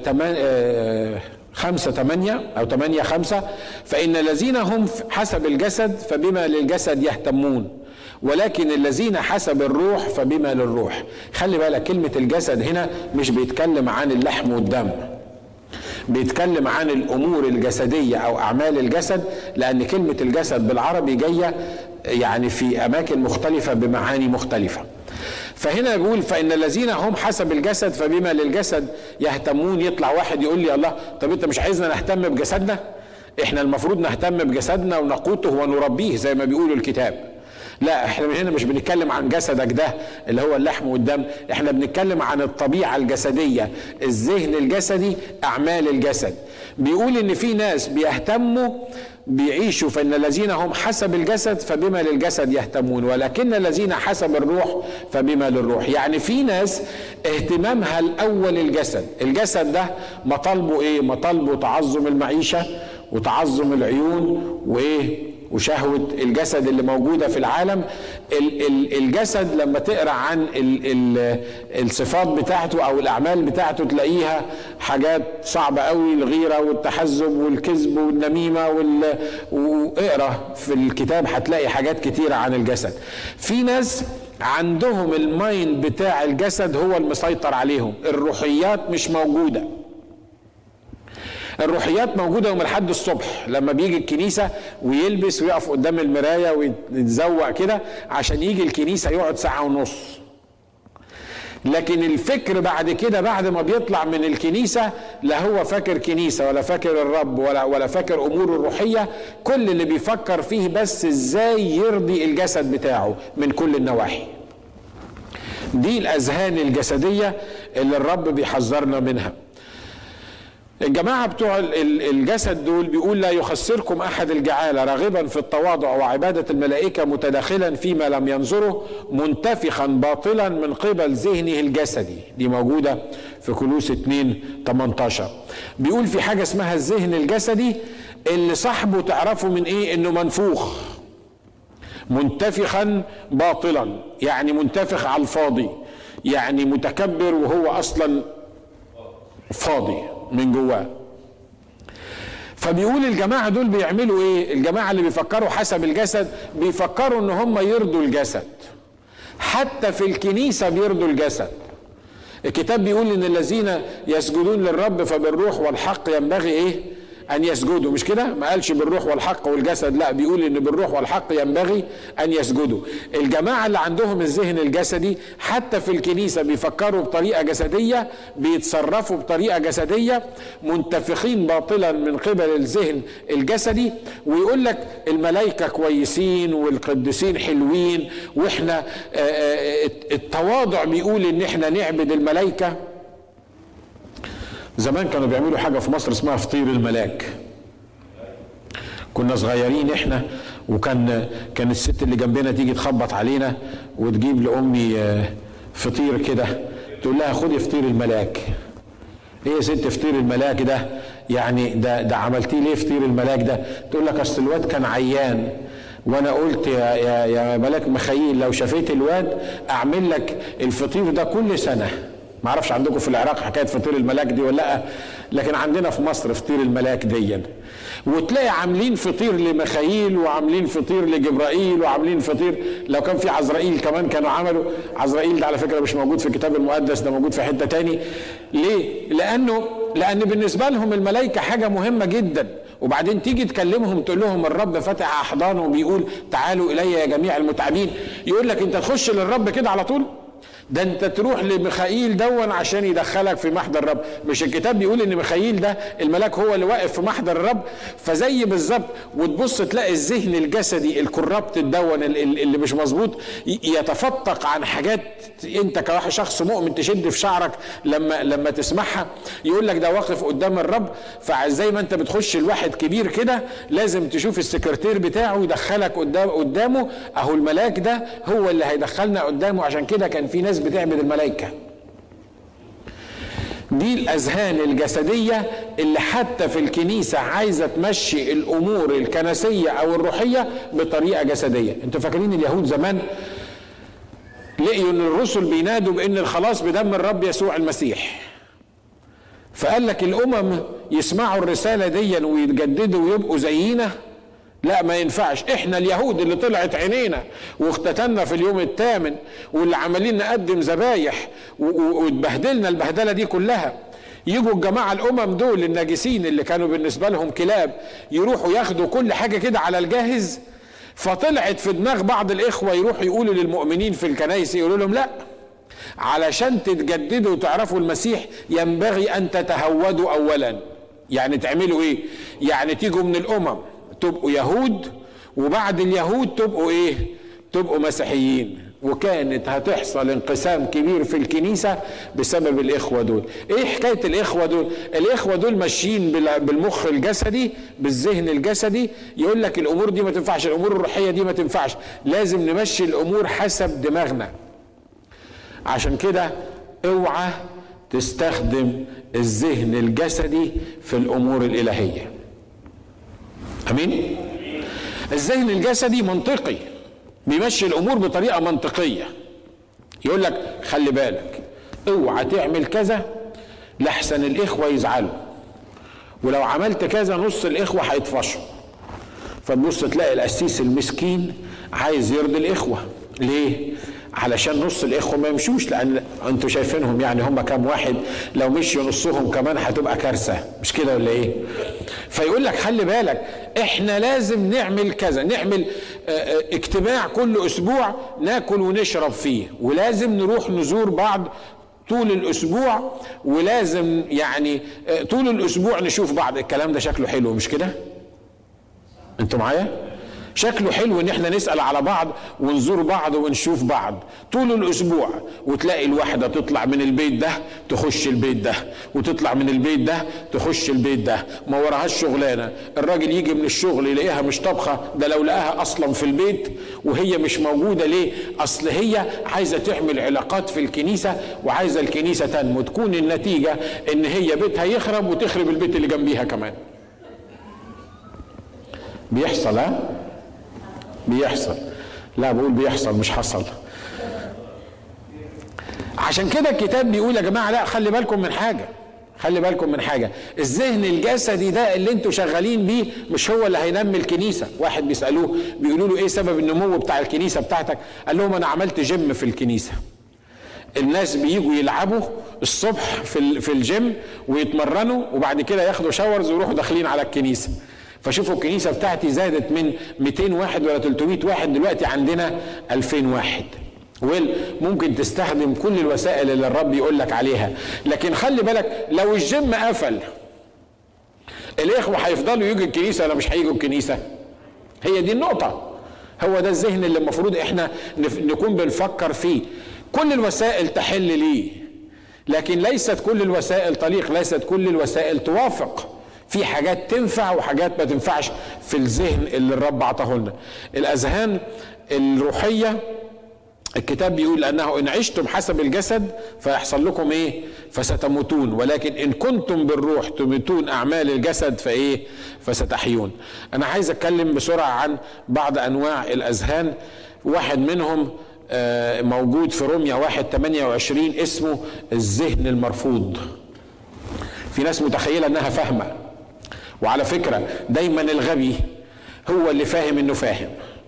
خمسة ثمانية او ثمانية خمسة، فان الذين هم حسب الجسد فبما للجسد يهتمون، ولكن الذين حسب الروح فبما للروح. خلي بالك كلمة الجسد هنا مش بيتكلم عن اللحم والدم، بيتكلم عن الأمور الجسدية أو أعمال الجسد، لأن كلمة الجسد بالعربي جاية يعني في أماكن مختلفة بمعاني مختلفة. فهنا يقول فإن الذين هم حسب الجسد فبما للجسد يهتمون. يطلع واحد يقول لي الله، طب أنت مش عايزنا نهتم بجسدنا؟ إحنا المفروض نهتم بجسدنا ونقوته ونربيه زي ما بيقولوا الكتاب. لا، احنا هنا مش بنتكلم عن جسدك ده اللي هو اللحم والدم، احنا بنتكلم عن الطبيعة الجسدية، الذهن الجسدي، اعمال الجسد. بيقول ان في ناس بيهتموا بيعيشوا فان الذين هم حسب الجسد فبما للجسد يهتمون، ولكن الذين حسب الروح فبما للروح. يعني في ناس اهتمامها الاول الجسد. الجسد ده مطالبه ايه؟ مطالبه تعظم المعيشة وتعظم العيون وايه وشهوة الجسد اللي موجودة في العالم. الجسد لما تقرأ عن الصفات بتاعته أو الأعمال بتاعته تلاقيها حاجات صعبة قوي، الغيرة والتحزب والكذب والنميمة وال... واقرأ في الكتاب هتلاقي حاجات كتيرة عن الجسد. في ناس عندهم المايند بتاع الجسد هو المسيطر عليهم، الروحيات مش موجودة. الروحيات موجودة يوم الحد الصبح لما بيجي الكنيسة ويلبس ويقف قدام المراية ويتزوق كده عشان يجي الكنيسة يقعد ساعة ونص. لكن الفكر بعد كده بعد ما بيطلع من الكنيسة لا هو فاكر كنيسة ولا فاكر الرب ولا ولا فاكر أمور الروحية، كل اللي بيفكر فيه بس ازاي يرضي الجسد بتاعه من كل النواحي. دي الأذهان الجسدية اللي الرب بيحذرنا منها. الجماعة بتوع الجسد دول بيقول لا يخسركم أحد الجعالة راغبا في التواضع وعبادة الملائكة متداخلا فيما لم ينظره منتفخا باطلا من قبل ذهنه الجسدي. دي موجودة في كولوس اتنين تمنتاشر. بيقول في حاجة اسمها الذهن الجسدي اللي صاحبه تعرفه من ايه؟ انه منفوخ، منتفخا باطلا، يعني منتفخ على الفاضي، يعني متكبر وهو اصلا فاضي من جواه. فبيقول الجماعة دول بيعملوا ايه؟ الجماعة اللي بيفكروا حسب الجسد بيفكروا ان هم يرضوا الجسد، حتى في الكنيسة بيرضوا الجسد. الكتاب بيقول ان الذين يسجدون للرب فبالروح والحق ينبغي ايه؟ ان يسجدوا. مش كده؟ ما قالش بالروح والحق والجسد، لا، بيقول ان بالروح والحق ينبغي ان يسجدوا. الجماعه اللي عندهم الذهن الجسدي حتى في الكنيسه بيفكروا بطريقه جسديه، بيتصرفوا بطريقه جسديه، منتفخين باطلا من قبل الذهن الجسدي، ويقول لك الملائكه كويسين والقديسين حلوين، واحنا التواضع بيقول ان احنا نعبد الملائكه. زمان كانوا بيعملوا حاجة في مصر اسمها فطير الملاك. كنا صغيرين احنا، وكان كان الست اللي جنبنا تيجي تخبط علينا وتجيب لأمي فطير كده، تقول لها خدي فطير الملاك. ايه يا ست فطير الملاك ده؟ يعني ده ده عملتيه ليه فطير الملاك ده؟ تقول لك اصل الواد كان عيان، وانا قلت يا يا يا ملاك مخيل لو شفيت الواد اعمل لك الفطير ده كل سنة. ما اعرفش عندكم في العراق حكايه فطير الملاك دي ولا لا، لكن عندنا في مصر فطير الملاك ديا. وتلاقي عاملين فطير لمخايل وعاملين فطير لجبرائيل وعاملين فطير، لو كان في عزرائيل كمان كانوا عملوا. عزرائيل ده على فكره مش موجود في الكتاب المقدس، ده موجود في حته تاني. ليه؟ لانه لان بالنسبه لهم الملائكه حاجه مهمه جدا، وبعدين تيجي تكلمهم تقول لهم الرب فاتح احضانه وبيقول تعالوا الي يا جميع المتعبين، يقول لك انت تخش للرب كده على طول؟ ده انت تروح لميخائيل دون عشان يدخلك في محضر الرب. مش الكتاب بيقول ان ميخائيل ده الملاك هو اللي واقف في محضر الرب؟ فزي بالظبط. وتبص تلاقي الذهن الجسدي الكربت الدون اللي مش مظبوط يتفتق عن حاجات انت كواحد شخص مؤمن تشد في شعرك لما لما تسمعها. يقول لك ده واقف قدام الرب، فزي ما انت بتخش لواحد كبير كده لازم تشوف السكرتير بتاعه يدخلك قدام قدامه. اهو الملاك ده هو اللي هيدخلنا قدامه. عشان كده كان في ناس بتعبد الملائكة. دي الأذهان الجسدية اللي حتى في الكنيسة عايزة تمشي الأمور الكنسية أو الروحية بطريقة جسدية. انتوا فاكرين اليهود زمان لقيوا ان الرسل بينادوا بان الخلاص بدم الرب يسوع المسيح، فقال لك الأمم يسمعوا الرسالة دي ويتجددوا ويبقوا زينا؟ لا، ما ينفعش. احنا اليهود اللي طلعت عينينا واختتنا في اليوم الثامن واللي عمالين نقدم ذبايح واتبهدلنا البهدله دي كلها، يجوا الجماعه الامم دول الناجسين اللي كانوا بالنسبه لهم كلاب يروحوا ياخدوا كل حاجه كده على الجاهز. فطلعت في دماغ بعض الاخوه يروحوا يقولوا للمؤمنين في الكنائس، يقولوا لهم لا، علشان تتجددوا وتعرفوا المسيح ينبغي ان تتهودوا اولا. يعني تعملوا ايه؟ يعني تيجوا من الامم تبقوا يهود، وبعد اليهود تبقوا ايه؟ تبقوا مسيحيين. وكانت هتحصل انقسام كبير في الكنيسة بسبب الاخوة دول. ايه حكاية الاخوة دول؟ الاخوة دول ماشيين بالمخ الجسدي، بالذهن الجسدي، يقول لك الامور دي ما تنفعش، الامور الروحية دي ما تنفعش، لازم نمشي الامور حسب دماغنا. عشان كده اوعى تستخدم الذهن الجسدي في الامور الالهية. امين؟ الذهن الجسدي منطقي، بيمشي الامور بطريقه منطقيه. يقول لك خلي بالك اوعى تعمل كذا لحسن الاخوه يزعلوا، ولو عملت كذا نص الاخوه هيطفشوا. فتبص تلاقي القسيس المسكين عايز يرضي الاخوه. ليه؟ علشان نص الاخوه ما يمشوش، لان انتوا شايفينهم يعني هم كام واحد، لو مشيوا نصهم كمان هتبقى كارثه، مش كده ولا ايه؟ فيقول لك خلي بالك احنا لازم نعمل كذا، نعمل اه اجتماع كل اسبوع ناكل ونشرب فيه، ولازم نروح نزور بعض طول الاسبوع، ولازم يعني اه طول الاسبوع نشوف بعض. الكلام ده شكله حلو مش كده؟ انتوا معايا؟ شكله حلو ان احنا نسأل على بعض ونزور بعض ونشوف بعض طول الاسبوع. وتلاقي الواحدة تطلع من البيت ده تخش البيت ده، وتطلع من البيت ده تخش البيت ده، ما وراهاش شغلانة. الراجل يجي من الشغل يلاقيها مش طبخة، ده لو لقاها اصلا في البيت وهي مش موجودة. ليه؟ اصل هي عايزة تعمل علاقات في الكنيسة وعايزة الكنيسة تنمو، تكون النتيجة ان هي بيتها يخرب وتخرب البيت اللي جنبيها كمان. بيحصل ها؟ بيحصل. لا بقول بيحصل مش حصل. عشان كده الكتاب بيقول يا جماعة لا، خلي بالكم من حاجة، خلي بالكم من حاجة. الذهن الجسدي ده اللي انتوا شغالين بيه مش هو اللي هينمي الكنيسة. واحد بيسألوه بيقولوا له ايه سبب النمو بتاع الكنيسة بتاعتك؟ قال لهم انا عملت جيم في الكنيسة. الناس بييجوا يلعبوا الصبح في في الجيم ويتمرنوا وبعد كده ياخدوا شاورز ويروحوا داخلين على الكنيسه. فشوفوا الكنيسه بتاعتي زادت من مئتين واحد ولا ثلاثمئة واحد، دلوقتي عندنا ألفين واحد. وممكن تستخدم كل الوسائل اللي الرب يقول لك عليها، لكن خلي بالك لو الجيم قفل الاخوه هيفضلوا يجوا الكنيسه ولا مش هيجوا الكنيسه؟ هي دي النقطه. هو ده الذهن اللي المفروض احنا نكون بنفكر فيه. كل الوسائل تحل ليه، لكن ليست كل الوسائل طليق، ليست كل الوسائل توافق. في حاجات تنفع وحاجات ما تنفعش في الذهن اللي الرب عطاه لنا. الاذهان الروحيه الكتاب بيقول انه ان عشتم حسب الجسد فيحصل لكم ايه؟ فستموتون، ولكن ان كنتم بالروح تميتون اعمال الجسد فايه؟ فستحيون. انا عايز اتكلم بسرعه عن بعض انواع الاذهان. واحد منهم موجود في روميا واحد ثمانية وعشرين اسمه الذهن المرفوض. في ناس متخيله انها فاهمه، وعلى فكره دايما الغبي هو اللي فاهم انه فاهم،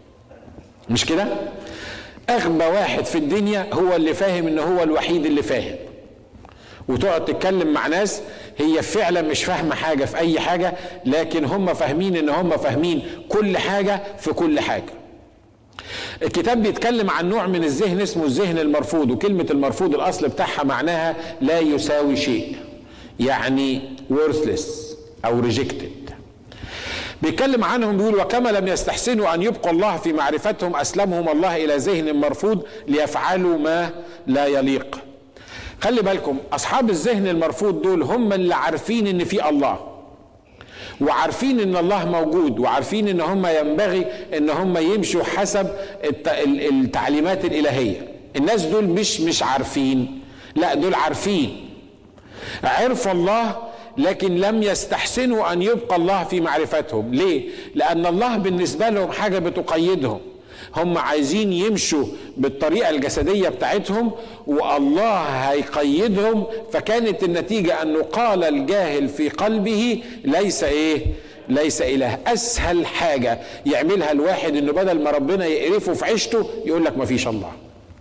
مش كده؟ اغبى واحد في الدنيا هو اللي فاهم انه هو الوحيد اللي فاهم. وتقعد تتكلم مع ناس هي فعلا مش فاهمه حاجه في اي حاجه، لكن هم فاهمين ان هم فاهمين كل حاجه في كل حاجه. الكتاب بيتكلم عن نوع من الذهن اسمه الذهن المرفوض، وكلمه المرفوض الاصل بتاعها معناها لا يساوي شيء، يعني worthless او rejected. بيتكلم عنهم بيقول وكما لم يستحسنوا ان يبقوا الله في معرفتهم اسلمهم الله الى ذهن مرفوض ليفعلوا ما لا يليق. خلي بالكم اصحاب الذهن المرفوض دول هم اللي عارفين ان في الله، وعارفين ان الله موجود، وعارفين ان هم ينبغي ان هم يمشوا حسب التعليمات الالهيه. الناس دول مش مش عارفين، لا دول عارفين، عرفوا الله لكن لم يستحسنوا ان يبقى الله في معرفتهم. ليه؟ لان الله بالنسبه لهم حاجه بتقيدهم. هم عايزين يمشوا بالطريقه الجسديه بتاعتهم والله هيقيدهم، فكانت النتيجه انه قال الجاهل في قلبه ليس ايه؟ ليس اله. اسهل حاجه يعملها الواحد انه بدل ما ربنا يقرفه في عيشته يقول لك ما فيش الله.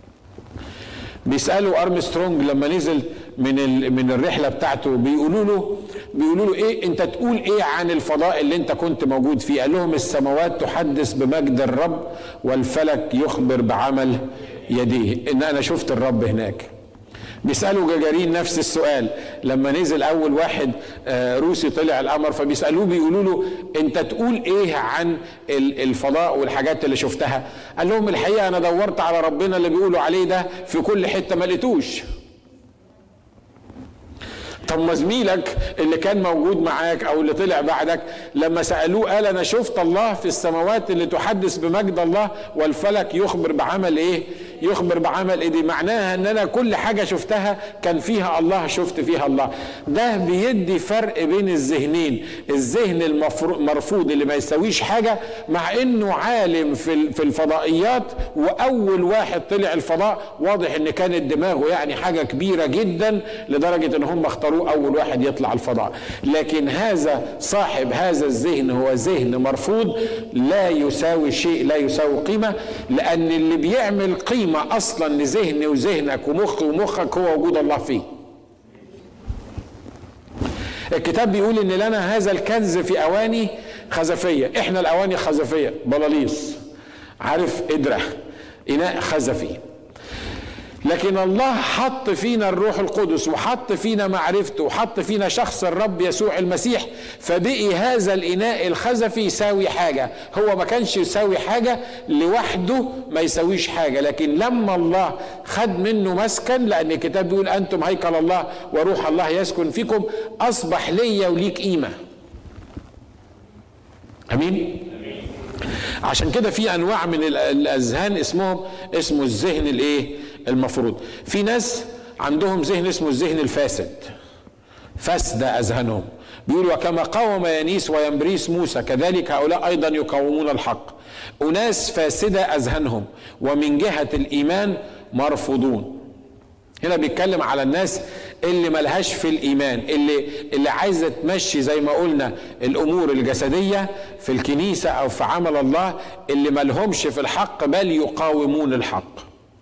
بيسالوا ارمسترونج لما نزل من من الرحله بتاعته، بيقولوا له بيقولوا له ايه انت تقول ايه عن الفضاء اللي انت كنت موجود فيه؟ قال لهم السماوات تحدث بمجد الرب والفلك يخبر بعمل يديه، ان انا شفت الرب هناك. بيسالوا جاجارين نفس السؤال لما نزل اول واحد روسي طلع القمر، فبيسالوه بيقولوا له انت تقول ايه عن الفضاء والحاجات اللي شفتها؟ قال لهم الحقيقه انا دورت على ربنا اللي بيقولوا عليه ده في كل حته ما لقيتوش. طب ما زميلك اللي كان موجود معاك او اللي طلع بعدك لما سالوه قال انا شفت الله في السماوات اللي تحدث بمجد الله والفلك يخبر بعمل ايه؟ يخبر بعمل ايه؟ دي معناها ان انا كل حاجه شفتها كان فيها الله، شفت فيها الله. ده بيدي فرق بين الذهنين، الذهن المرفوض اللي ما يسويش حاجه مع انه عالم في في الفضائيات، واول واحد طلع الفضاء واضح ان كانت دماغه يعني حاجه كبيره جدا لدرجه ان هم اختاروه اول واحد يطلع الفضاء. لكن هذا صاحب هذا الذهن هو ذهن مرفوض لا يساوي شيء، لا يساوي قيمه، لان اللي بيعمل قيمه اصلا لذهني وذهنك ومخي ومخك هو وجود الله فيه. الكتاب بيقول ان لنا هذا الكنز في اواني خزفيه. احنا الاواني خزفيه، بلاليص، عارف، قدره، اناء خزفي. لكن الله حط فينا الروح القدس وحط فينا معرفته وحط فينا شخص الرب يسوع المسيح، فبقي هذا الإناء الخزفي يساوي حاجة. هو ما كانش يساوي حاجة لوحده، ما يساويش حاجة، لكن لما الله خد منه مسكن، لأن الكتاب بيقول أنتم هيكل الله وروح الله يسكن فيكم، أصبح ليا وليك قيمة. أمين؟ عشان كده في أنواع من الأذهان اسمهم اسمه الذهن الإيه؟ المفروض. في ناس عندهم ذهن اسمه الذهن الفاسد، فاسد اذهانهم. بيقولوا وكما قاوم يانيس ويمبريس موسى كذلك هؤلاء ايضا يقاومون الحق. اناس فاسده اذهانهم ومن جهه الايمان مرفوضون. هنا بيتكلم على الناس اللي ملهاش في الايمان، اللي اللي عايزه تمشي زي ما قلنا الامور الجسديه في الكنيسه او في عمل الله، اللي ملهمش في الحق بل يقاومون الحق.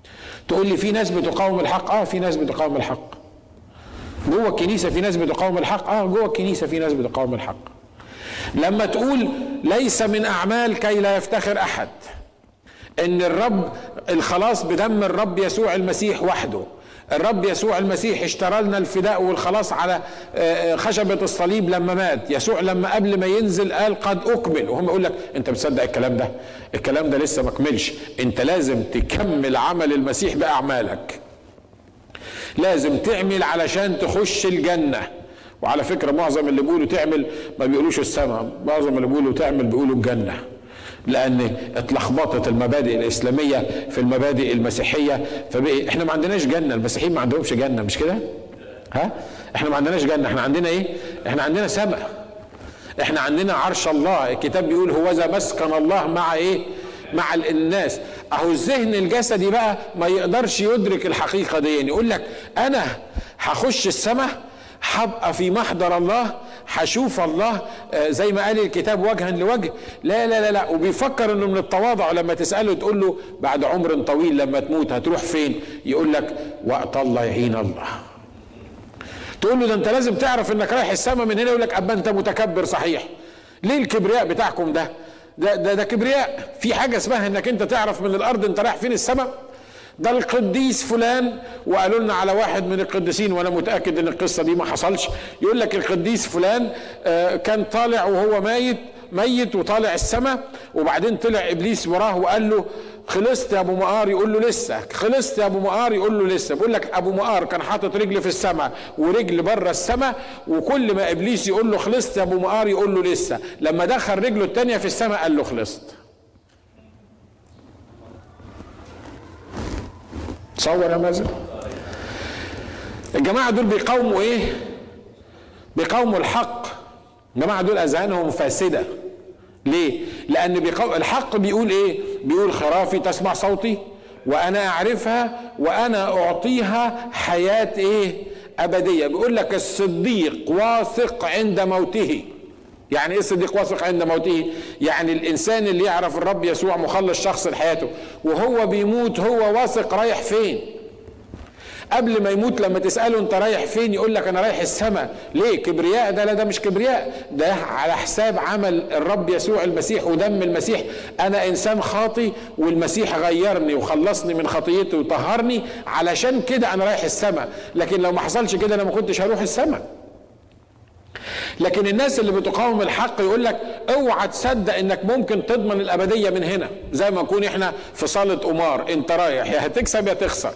تقول لي في ناس بتقاوم الحق. اه في ناس بتقاوم الحق جوه الكنيسه، في ناس بتقاوم الحق. اه جوه الكنيسه في ناس بتقاوم الحق. لما تقول ليس من اعمال كي لا يفتخر احد، ان الرب الخلاص بدم الرب يسوع المسيح وحده. الرب يسوع المسيح اشترى لنا الفداء والخلاص على خشبة الصليب لما مات. يسوع لما قبل ما ينزل قال قد أكمل، وهم يقول لك انت بتصدق الكلام ده؟ الكلام ده لسه ما كملش، انت لازم تكمل عمل المسيح بأعمالك، لازم تعمل علشان تخش الجنة. وعلى فكرة معظم اللي بيقولوا تعمل ما بيقولوش السماء، معظم اللي بيقولوا تعمل بيقولوا الجنة، لأن اتلخبطت المبادئ الإسلامية في المبادئ المسيحية. فبقى احنا ما عندناش جنة، المسيحيين ما عندهمش جنة، مش كده؟ ها؟ احنا ما عندناش جنة، احنا عندنا ايه؟ احنا عندنا سماء، احنا عندنا عرش الله. الكتاب بيقول هوذا مسكن الله مع ايه؟ مع الناس. اهو الذهن الجسدي بقى ما يقدرش يدرك الحقيقة دي، يعني يقول لك انا هخش السماء، هبقى في محضر الله، هشوف الله زي ما قال الكتاب وجها لوجه. لا لا لا لا، وبيفكر انه من التواضع لما تسأله تقول له بعد عمر طويل لما تموت هتروح فين؟ يقول لك وقت الله يعين الله. تقول له ده انت لازم تعرف انك رايح السماء من هنا، يقول لك ابا انت متكبر صحيح. ليه الكبرياء بتاعكم ده؟ ده ده, ده كبرياء. في حاجة اسمها انك انت تعرف من الارض انت رايح فين السماء؟ ده القديس فلان، وقالوا لنا على واحد من القديسين وانا متاكد ان القصه دي ما حصلش، يقول لك القديس فلان كان طالع وهو ميت ميت وطالع السماء، وبعدين طلع ابليس وراه وقال له خلصت يا ابو مقار؟ يقول له لسه. خلصت يا ابو مقار؟ يقول له لسه. بيقول لك ابو مقار كان حاطط رجل في السماء ورجل بره السماء، وكل ما ابليس يقول له خلصت يا ابو مقار يقول له لسه. لما دخل رجله الثانيه في السماء قال له خلصت. تصور يا مازن؟ الجماعة دول بيقاوموا ايه؟ بيقاوموا الحق. الجماعة دول اذهانهم فاسدة. ليه؟ لان بيقاوم الحق. بيقول ايه؟ بيقول خرافي تسمع صوتي وانا اعرفها وانا اعطيها حياة ايه؟ ابدية. بيقول لك الصديق واثق عند موته. يعني ايه الصديق واثق عند موته؟ يعني الانسان اللي يعرف الرب يسوع مخلص شخص لحياته وهو بيموت هو واثق رايح فين. قبل ما يموت لما تسأله انت رايح فين يقول لك انا رايح السماء. ليه؟ كبرياء ده؟ لا ده مش كبرياء، ده على حساب عمل الرب يسوع المسيح ودم المسيح. انا انسان خاطي والمسيح غيرني وخلصني من خطيتي وطهرني، علشان كده انا رايح السماء. لكن لو ما حصلش كده انا ما كنتش هروح السماء. لكن الناس اللي بتقاوم الحق يقول لك اوعى تصدق انك ممكن تضمن الابديه من هنا، زي ما نكون احنا في صاله قمار، انت رايح يا هتكسب يا تخسر.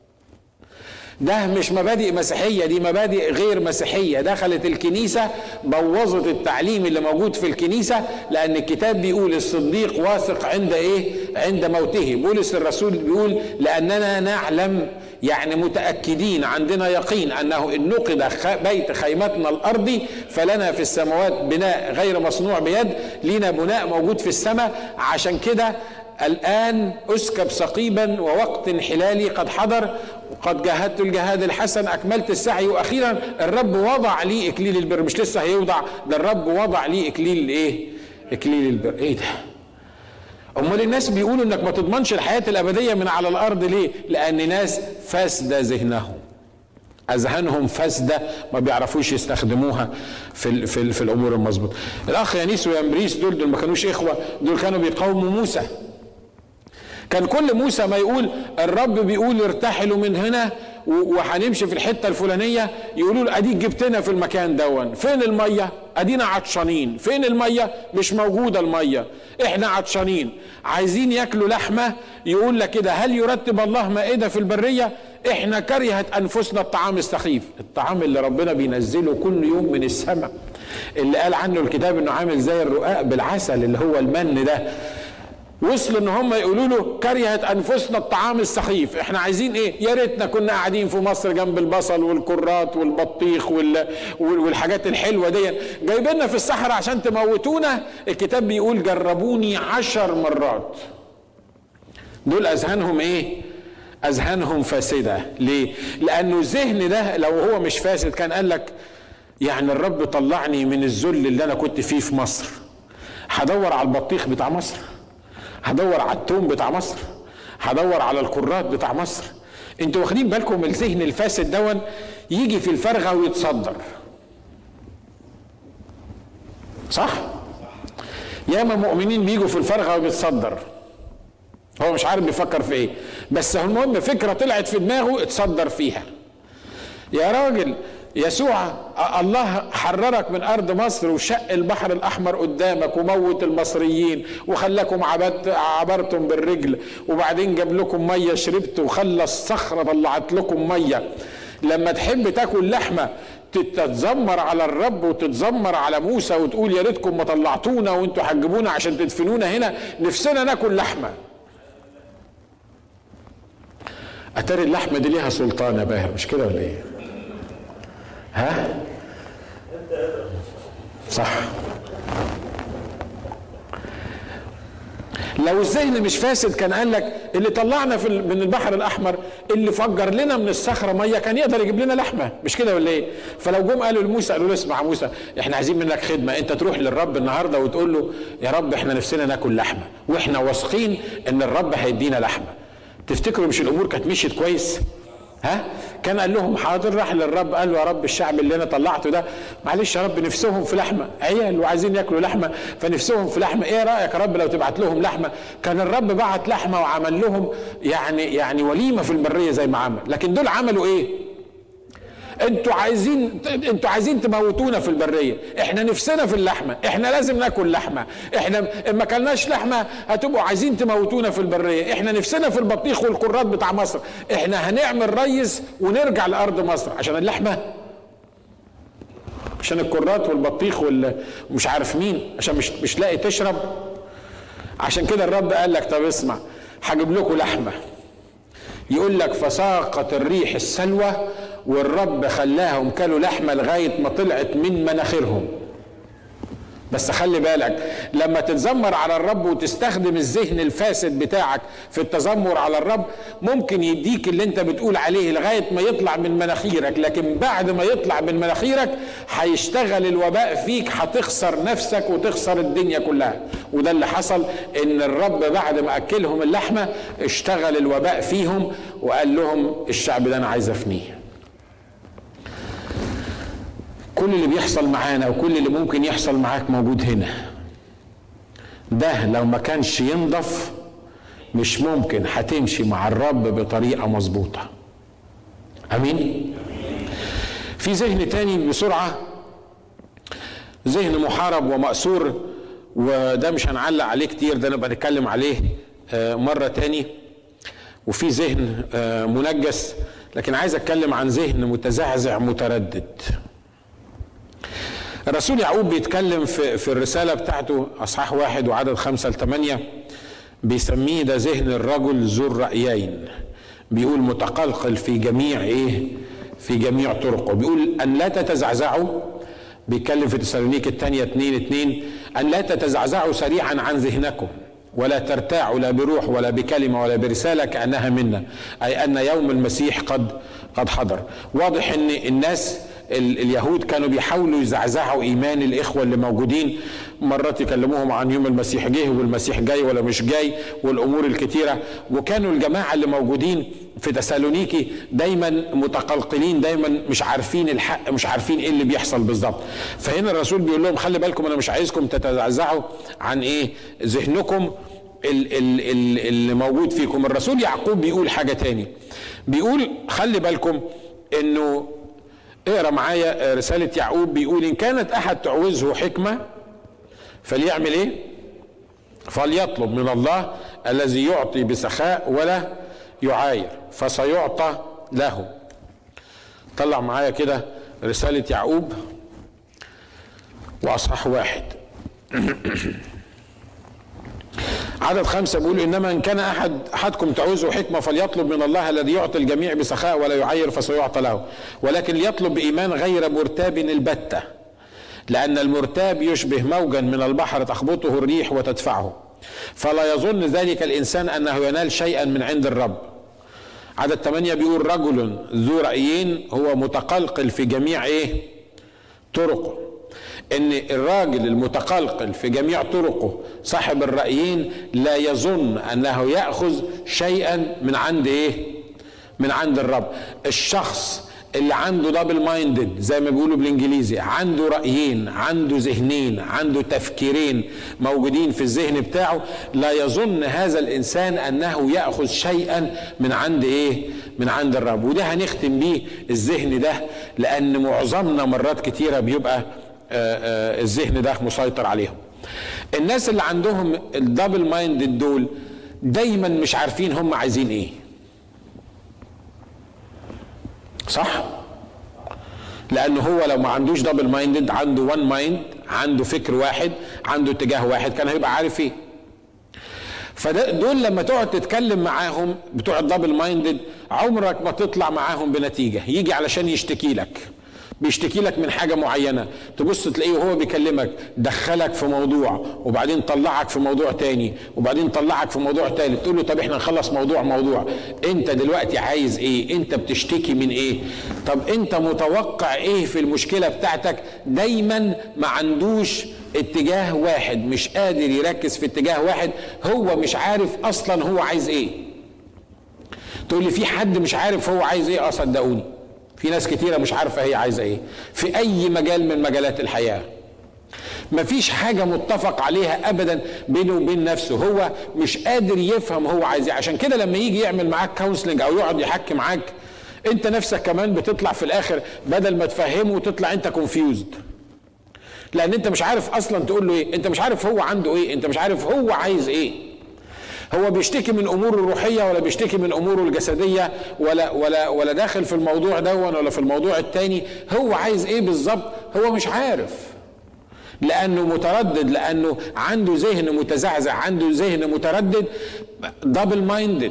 ده مش مبادئ مسيحيه، دي مبادئ غير مسيحيه دخلت الكنيسه بوظت التعليم اللي موجود في الكنيسه. لان الكتاب بيقول الصديق واثق عند ايه؟ عند موته. بولس الرسول بيقول لاننا نعلم، يعني متأكدين، عندنا يقين أنه إن نقض بيت خيمتنا الأرضي فلنا في السماوات بناء غير مصنوع بيد. لينا بناء موجود في السماء. عشان كده الآن أسكب سقيبا ووقت انحلالي قد حضر، وقد جاهدت الجهاد الحسن، أكملت السعي، وأخيرا الرب وضع لي إكليل البر. مش لسه هيوضع، ده الرب وضع لي إكليل إيه؟ إكليل البر. إيه ده؟ امال الناس بيقولوا انك ما تضمنش الحياة الابدية من على الارض ليه؟ لان ناس فاسدة ذهنهم، اذهانهم فاسدة، ما بيعرفوش يستخدموها في ال في, ال في الامور المظبوطة. الاخ يانيس ويامبريس دول دول ما كانوش اخوة، دول كانوا بيقاوموا موسى. كان كل موسى ما يقول الرب بيقول ارتحلوا من هنا وهنمشي في الحته الفلانيه، يقولوا له اديك جبتنا في المكان دون، فين الميه؟ ادينا عطشانين. فين الميه؟ مش موجوده الميه، احنا عطشانين عايزين ياكلوا لحمه. يقول لك كده هل يرتب الله مائده في البريه؟ احنا كرهت انفسنا الطعام السخيف، الطعام اللي ربنا بينزله كل يوم من السماء، اللي قال عنه الكتاب انه عامل زي الرقاق بالعسل اللي هو المن ده. وصلوا ان هم يقولوا له كرهت انفسنا الطعام السخيف. احنا عايزين ايه؟ يا ريتنا كنا قاعدين في مصر جنب البصل والكرات والبطيخ وال... والحاجات الحلوه دي، جايبيننا في الصحراء عشان تموتونا. الكتاب بيقول جربوني عشر مرات. دول اذهانهم ايه؟ اذهانهم فاسده. ليه؟ لانه الذهن ده لو هو مش فاسد كان قال لك يعني الرب طلعني من الذل اللي انا كنت فيه في مصر، هدور على البطيخ بتاع مصر، هدور على التوم بتاع مصر، هدور على الكرات بتاع مصر، انتوا واخدين بالكم الذهن الفاسد دون يجي في الفرغة ويتصدر، صح؟ ياما مؤمنين بيجوا في الفرغة وبيتصدر، هو مش عارف بيفكر في ايه، بس المهم فكرة طلعت في دماغه اتصدر فيها. يا راجل يسوع الله حررك من ارض مصر وشق البحر الاحمر قدامك وموت المصريين وخلاكم عبرتم بالرجل، وبعدين جاب لكم ميه شربت وخلى الصخره طلعت لكم ميه. لما تحب تاكل لحمه تتذمر على الرب وتتذمر على موسى وتقول يا ريتكم ما طلعتونا وانتوا حجبونا عشان تدفنونا هنا، نفسنا ناكل لحمه. اتاري اللحمه دي ليها سلطان يا باهر، مش كده ولا ايه؟ ها؟ صح. لو الذهن مش فاسد كان قال لك اللي طلعنا في من البحر الاحمر اللي فجر لنا من الصخره ميه كان يقدر يجيب لنا لحمه، مش كده ولا ايه؟ فلو جم قالوا لموسى، قالوا له اسمع موسى احنا عايزين منك خدمه، انت تروح للرب النهارده وتقول له يا رب احنا نفسنا ناكل لحمه واحنا واثقين ان الرب هيدينا لحمه. تفتكروا مش الامور كانت مشيت كويس؟ ها؟ كان قال لهم حاضر، راح للرب قال له يا رب الشعب اللي انا طلعته ده معلش يا رب نفسهم في لحمه، عيال وعايزين ياكلوا لحمه فنفسهم في لحمه، ايه رايك يا رب لو تبعت لهم لحمه؟ كان الرب بعت لحمه وعمل لهم يعني يعني وليمه في البريه زي ما عمل. لكن دول عملوا ايه؟ انتوا عايزين انتوا عايزين تموتونا في البريه، احنا نفسنا في اللحمه، احنا لازم ناكل لحمه، احنا ما كلناش لحمه هتبقوا عايزين تموتونا في البريه، احنا نفسنا في البطيخ والكرات بتاع مصر، احنا هنعمل ريس ونرجع لارض مصر عشان اللحمه، عشان الكرات والبطيخ ومش عارف مين، عشان مش مش لاقي تشرب. عشان كده الرب قال لك طب اسمع هجيب لكم لحمه. يقول لك فساقت الريح السلوى والرب خلاهم كلوا لحمه لغايه ما طلعت من مناخيرهم. بس خلي بالك لما تتذمر على الرب وتستخدم الذهن الفاسد بتاعك في التذمر على الرب ممكن يديك اللي انت بتقول عليه لغايه ما يطلع من مناخيرك، لكن بعد ما يطلع من مناخيرك هيشتغل الوباء فيك، هتخسر نفسك وتخسر الدنيا كلها. وده اللي حصل، ان الرب بعد ما اكلهم اللحمه اشتغل الوباء فيهم وقال لهم الشعب ده انا عايز افنيه. كل اللي بيحصل معانا وكل اللي ممكن يحصل معاك موجود هنا. ده لو ما كانش ينضف مش ممكن هتمشي مع الرب بطريقة مظبوطة. امين. في ذهن تاني بسرعة، ذهن محارب ومأسور، وده مش هنعلق عليه كتير، ده نبقى نتكلم عليه مرة تاني. وفي ذهن منجس، لكن عايز اتكلم عن ذهن متزعزع متردد. الرسول يعقوب بيتكلم في, في الرسالة بتاعته أصحاح واحد وعدد خمسة لثمانية، بيسميه ده ذهن الرجل ذو الرأيين. بيقول متقلقل في جميع ايه؟ في جميع طرقه. بيقول أن لا تتزعزعوا، بيتكلم في تسالونيك الثانية اتنين اتنين، أن لا تتزعزعوا سريعا عن ذهنكم ولا ترتاعوا لا بروح ولا بكلمة ولا برسالة كأنها منا، أي أن يوم المسيح قد قد حضر. واضح أن الناس اليهود كانوا بيحاولوا يزعزعوا ايمان الاخوه اللي موجودين، مرات يكلموهم عن يوم المسيح جه والمسيح جاي ولا مش جاي والامور الكتيره. وكانوا الجماعه اللي موجودين في تسالونيكي دايما متقلقلين، دايما مش عارفين الحق، مش عارفين ايه اللي بيحصل بالظبط. فهنا الرسول بيقول لهم خلي بالكم انا مش عايزكم تتزعزعوا عن ايه؟ ذهنكم اللي موجود فيكم. الرسول يعقوب بيقول حاجه تاني، بيقول خلي بالكم انه اقرا معايا رسالة يعقوب، بيقول إن كانت أحد تعوزه حكمة فليعمل إيه؟ فليطلب من الله الذي يعطي بسخاء ولا يعاير فسيعطى له. طلع معايا كده رسالة يعقوب وأصحاح واحد عدد خمسة، بيقول إنما إن كان أحد أحدكم تعوزه حكمة فليطلب من الله الذي يعطي الجميع بسخاء ولا يعير فسيعطى له، ولكن ليطلب بإيمان غير مرتاب البتة، لأن المرتاب يشبه موجا من البحر تخبطه الريح وتدفعه، فلا يظن ذلك الإنسان أنه ينال شيئا من عند الرب. عدد ثمانية بيقول رجل ذو رأيين هو متقلقل في جميع إيه؟ طرقه. ان الراجل المتقلقل في جميع طرقه صاحب الرأيين لا يظن انه يأخذ شيئا من عند ايه؟ من عند الرب. الشخص اللي عنده دبل مايندد زي ما بيقولوا بالانجليزي، عنده رأيين، عنده ذهنين، عنده تفكيرين موجودين في الذهن بتاعه، لا يظن هذا الانسان انه يأخذ شيئا من عند ايه؟ من عند الرب. وده هنختم بيه الذهن ده، لان معظمنا مرات كتيرة بيبقى آآ آآ الذهن ده مسيطر عليهم. الناس اللي عندهم الدبل مايندد دول دايما مش عارفين هم عايزين ايه. صح؟ لانه هو لو ما عندوش دبل مايندد، عنده وان مايند، عنده فكر واحد، عنده اتجاه واحد، كان هيبقى عارف ايه. فدول لما تقعد تتكلم معاهم بتوع الدبل مايندد عمرك ما تطلع معاهم بنتيجة. يجي علشان يشتكي لك، بيشتكي لك من حاجة معينة، تبص تلاقيه وهو بيكلمك دخلك في موضوع وبعدين طلعك في موضوع تاني وبعدين طلعك في موضوع تالت، تقول له طب احنا نخلص موضوع موضوع، انت دلوقتي عايز ايه؟ انت بتشتكي من ايه؟ طب انت متوقع ايه في المشكلة بتاعتك؟ دايما ما عندوش اتجاه واحد، مش قادر يركز في اتجاه واحد، هو مش عارف اصلا هو عايز ايه. تقول لي في حد مش عارف هو عايز ايه؟ اه صدقوني في ناس كتيرة مش عارفة هي عايزة ايه في اي مجال من مجالات الحياة. مفيش حاجة متفق عليها ابدا بينه وبين نفسه، هو مش قادر يفهم هو عايز ايه. عشان كده لما يجي يعمل معاك كونسلنج او يقعد يحكي معاك، انت نفسك كمان بتطلع في الاخر بدل ما تفهمه تطلع انت كونفيوزد، لان انت مش عارف اصلا تقول له ايه، انت مش عارف هو عنده ايه، انت مش عارف هو عايز ايه. هو بيشتكي من اموره الروحيه ولا بيشتكي من اموره الجسديه ولا ولا ولا داخل في الموضوع ده ولا في الموضوع التاني، هو عايز ايه بالظبط؟ هو مش عارف، لانه متردد، لانه عنده ذهن متزعزع، عنده ذهن متردد، دبل مايندد.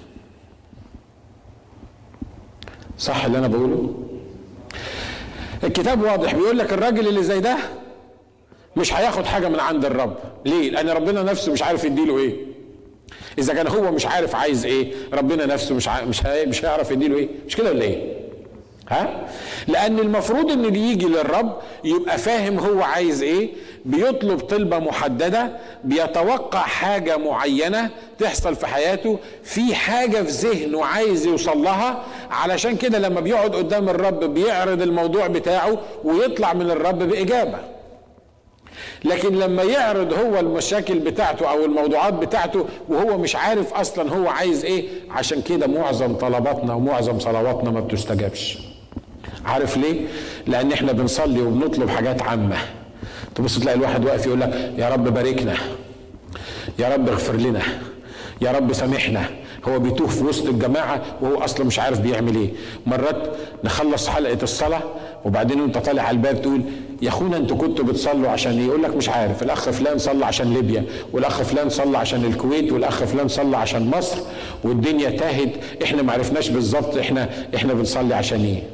صح اللي انا بقوله؟ الكتاب واضح بيقول لك الراجل اللي زي ده مش هياخد حاجه من عند الرب. ليه؟ لان ربنا نفسه مش عارف يديله ايه. اذا كان هو مش عارف عايز ايه، ربنا نفسه مش ع... مش هي... مش هيعرف يديله ايه. مش كده ولا ايه؟ ها؟ لان المفروض ان اللي يجي للرب يبقى فاهم هو عايز ايه، بيطلب طلبة محددة، بيتوقع حاجة معينة تحصل في حياته، في حاجة في ذهنه عايز يوصل لها. علشان كده لما بيقعد قدام الرب بيعرض الموضوع بتاعه ويطلع من الرب بإجابة. لكن لما يعرض هو المشاكل بتاعته او الموضوعات بتاعته وهو مش عارف اصلا هو عايز ايه، عشان كده معظم طلباتنا ومعظم صلواتنا ما بتستجابش. عارف ليه؟ لان احنا بنصلي وبنطلب حاجات عامة، تبص تلاقي الواحد واقف يقول لك يا رب باركنا، يا رب اغفر لنا، يا رب سامحنا. هو بيتوه في وسط الجماعة وهو اصلا مش عارف بيعمل ايه. مرات نخلص حلقة الصلاة وبعدين وانت طالع على الباب تقول يا اخونا انتوا كنتوا بتصلوا عشان ايه؟ يقول لك مش عارف، الاخ فلان صلى عشان ليبيا، والاخ فلان صلى عشان الكويت، والاخ فلان صلى عشان مصر، والدنيا تاهت، احنا ما عرفناش بالظبط احنا احنا بنصلي عشان ايه.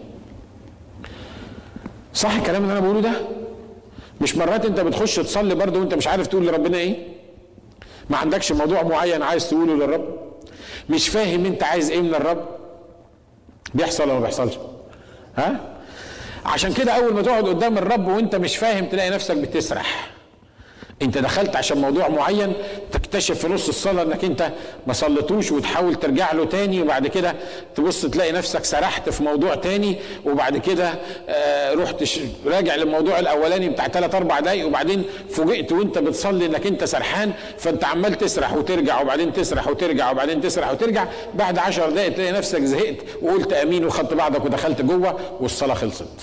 صح الكلام اللي انا بقوله ده؟ مش مرات انت بتخش تصلي برضه وانت مش عارف تقول لربنا ايه؟ ما عندكش موضوع معين عايز تقوله للرب؟ مش فاهم انت عايز ايه من الرب؟ بيحصل ولا ما بيحصلش؟ ها؟ عشان كده اول ما تقعد قدام الرب وانت مش فاهم تلاقي نفسك بتسرح. انت دخلت عشان موضوع معين، تكتشف في نص الصلاة انك انت ما صليتوش وتحاول ترجع له تاني، وبعد كده تبص تلاقي نفسك سرحت في موضوع تاني، وبعد كده آه رحت راجع للموضوع الاولاني بتاع ثلاث اربع دقايق، وبعدين فوجئت وانت بتصلي انك انت سرحان، فانت عمال تسرح وترجع وبعدين تسرح وترجع وبعدين تسرح وترجع، بعد عشر دقايق تلاقي نفسك زهقت وقلت امين وخدت بعضك ودخلت جوه والصلاة خلصت.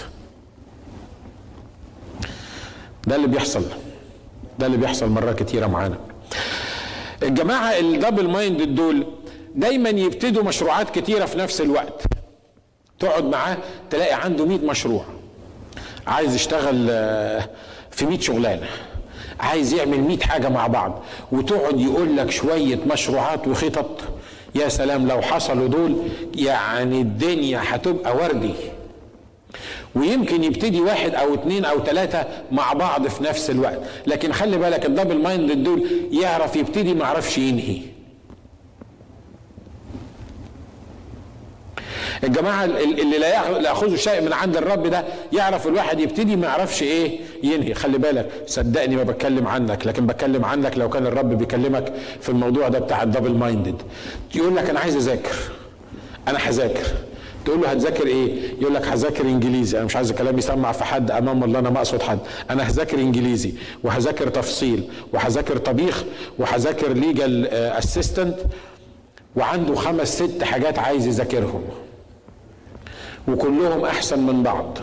ده اللي بيحصل، ده اللي بيحصل مرات كتيرة معانا. الجماعة الدبل مايند دول دايما يبتدوا مشروعات كتيرة في نفس الوقت. تقعد معاه تلاقي عنده مئة مشروع، عايز يشتغل في مئة شغلانة، عايز يعمل مئة حاجة مع بعض، وتقعد يقول لك شوية مشروعات وخطط. يا سلام لو حصلوا دول يعني الدنيا هتبقى وردي. ويمكن يبتدي واحد او اتنين او تلاتة مع بعض في نفس الوقت، لكن خلي بالك الدبل مايند دول يعرف يبتدي ما يعرفش ينهي. الجماعة اللي لا ياخذوا شيء من عند الرب ده يعرف الواحد يبتدي ما يعرفش ايه ينهي. خلي بالك صدقني ما بتكلم عنك، لكن بتكلم عنك لو كان الرب بيكلمك في الموضوع ده بتاع الدبل مايندد. يقول لك انا عايز اذاكر، انا هذاكر. تقول له هتذاكر ايه؟ يقول لك هذاكر انجليزي. انا مش عايز كلام يسمع في حد امام الله، انا ما اقصد حد. انا هذاكر انجليزي وهذاكر تفصيل وهذاكر طبيخ وهذاكر ليجال اسيستنت، وعنده خمس ست حاجات عايز يذاكرهم وكلهم احسن من بعض،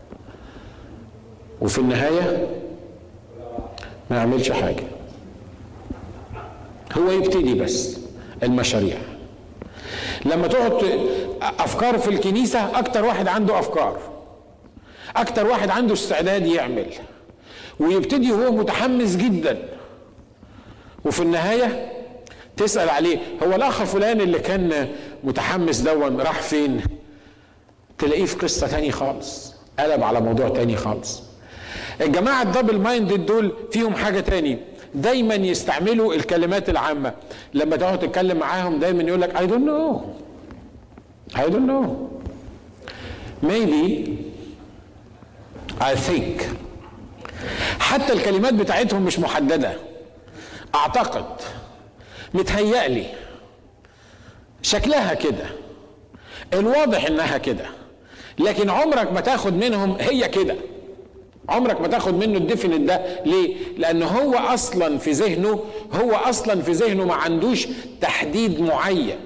وفي النهايه ما يعملش حاجه. هو يبتدي بس المشاريع. لما تقعد افكار في الكنيسه، اكتر واحد عنده افكار، اكتر واحد عنده استعداد يعمل ويبتدي وهو متحمس جدا، وفي النهايه تسال عليه هو الاخ فلان اللي كان متحمس دون راح فين؟ تلاقيه في قصه تاني خالص، قلب على موضوع تاني خالص. الجماعه الدبل مايندد دول فيهم حاجه تاني، دايما يستعملوا الكلمات العامه. لما تقعد تتكلم معاهم دايما يقول لك I don't know I don't know maybe I think. حتى الكلمات بتاعتهم مش محدده، اعتقد، متهيألي، شكلها كده، الواضح انها كده، لكن عمرك ما تاخد منهم هي كده، عمرك ما تاخد منه الديفينيت ده. ليه؟ لان هو اصلا في ذهنه هو اصلا في ذهنه ما عندوش تحديد معين.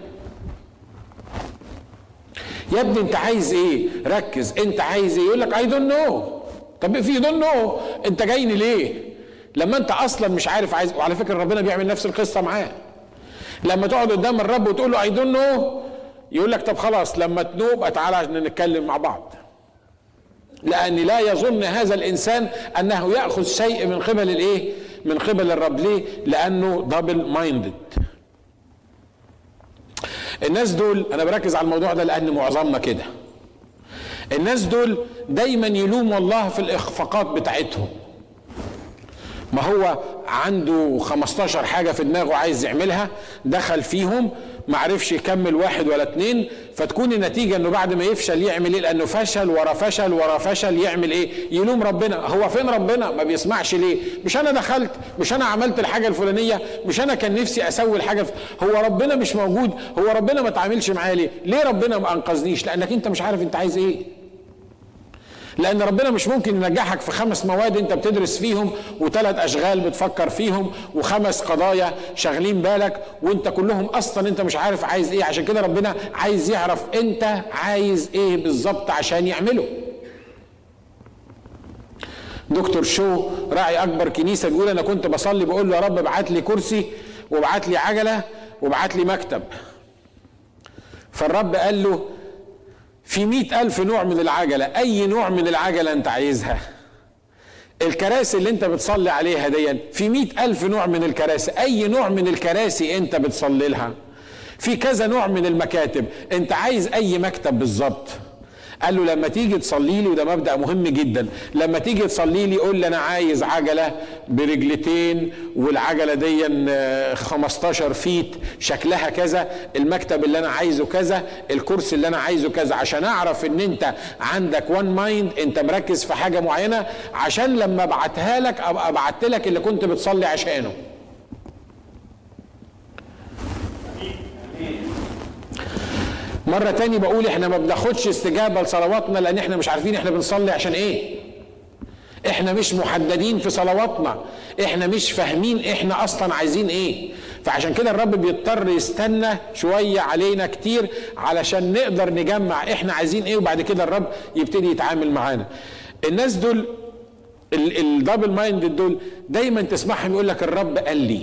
يا ابني انت عايز ايه؟ ركز، انت عايز ايه؟ يقول لك اي دونت نو. طب في دونت نو انت جايني ليه؟ لما انت اصلا مش عارف عايز. وعلى فكره ربنا بيعمل نفس القصه معاه. لما تقعد قدام الرب وتقول له اي دونت نو، يقول لك طب خلاص لما تنوب تعالى نتكلم مع بعض، لأن لا يظن هذا الإنسان أنه يأخذ شيء من قبل الإيه؟ من قبل الرب. ليه؟ لأنه دبل مايندد. الناس دول، أنا بركز على الموضوع ده لأن معظمنا كده، الناس دول دايما يلوموا الله في الإخفاقات بتاعتهم. ما هو عنده خمستاشر حاجة في دماغه عايز يعملها، دخل فيهم معرفش يكمل واحد ولا اتنين، فتكون النتيجة انه بعد ما يفشل يعمل ايه؟ لانه فشل ورا فشل ورا فشل، يعمل ايه؟ يلوم ربنا. هو فين ربنا؟ ما بيسمعش ليه؟ مش انا دخلت، مش انا عملت الحاجة الفلانية، مش انا كان نفسي اسوي الحاجة، هو ربنا مش موجود، هو ربنا ما تعاملش معايا ليه؟ ليه ربنا ما انقذنيش؟ لانك انت مش عارف انت عايز ايه. لأن ربنا مش ممكن ينجحك في خمس مواد أنت بتدرس فيهم، وثلاث أشغال بتفكر فيهم، وخمس قضايا شاغلين بالك، وأنت كلهم أصلا أنت مش عارف عايز إيه. عشان كده ربنا عايز يعرف أنت عايز إيه بالظبط عشان يعمله. دكتور شو راعي أكبر كنيسة بيقول أنا كنت بصلي بقول له يا رب ابعت لي كرسي وابعت لي عجلة وابعت لي مكتب. فالرب قال له في مئة ألف نوع من العجلة، أي نوع من العجلة أنت عايزها. الكراسي اللي أنت بتصلي عليها دي في مئة ألف نوع من الكراسي، أي نوع من الكراسي أنت بتصلي لها. في كذا نوع من المكاتب، أنت عايز أي مكتب بالظبط. قال له لما تيجي تصلي لي، وده مبدأ مهم جدا، لما تيجي تصلي لي قول لي انا عايز عجله برجلتين، والعجله دي خمستاشر فيت، شكلها كذا، المكتب اللي انا عايزه كذا، الكرسي اللي انا عايزه كذا، عشان اعرف ان انت عندك وان مايند، انت مركز في حاجه معينه، عشان لما ابعتها لك ابقى ابعت لك اللي كنت بتصلي عشانه. مرة تاني بقول احنا ما بناخدش استجابة لصلواتنا لان احنا مش عارفين احنا بنصلي عشان ايه. احنا مش محددين في صلواتنا، احنا مش فاهمين احنا اصلا عايزين ايه. فعشان كده الرب بيضطر يستنى شوية علينا كتير علشان نقدر نجمع احنا عايزين ايه، وبعد كده الرب يبتدي يتعامل معانا. الناس دول الدبل مايند دول دايما تسمعهم يقول لك الرب قال لي.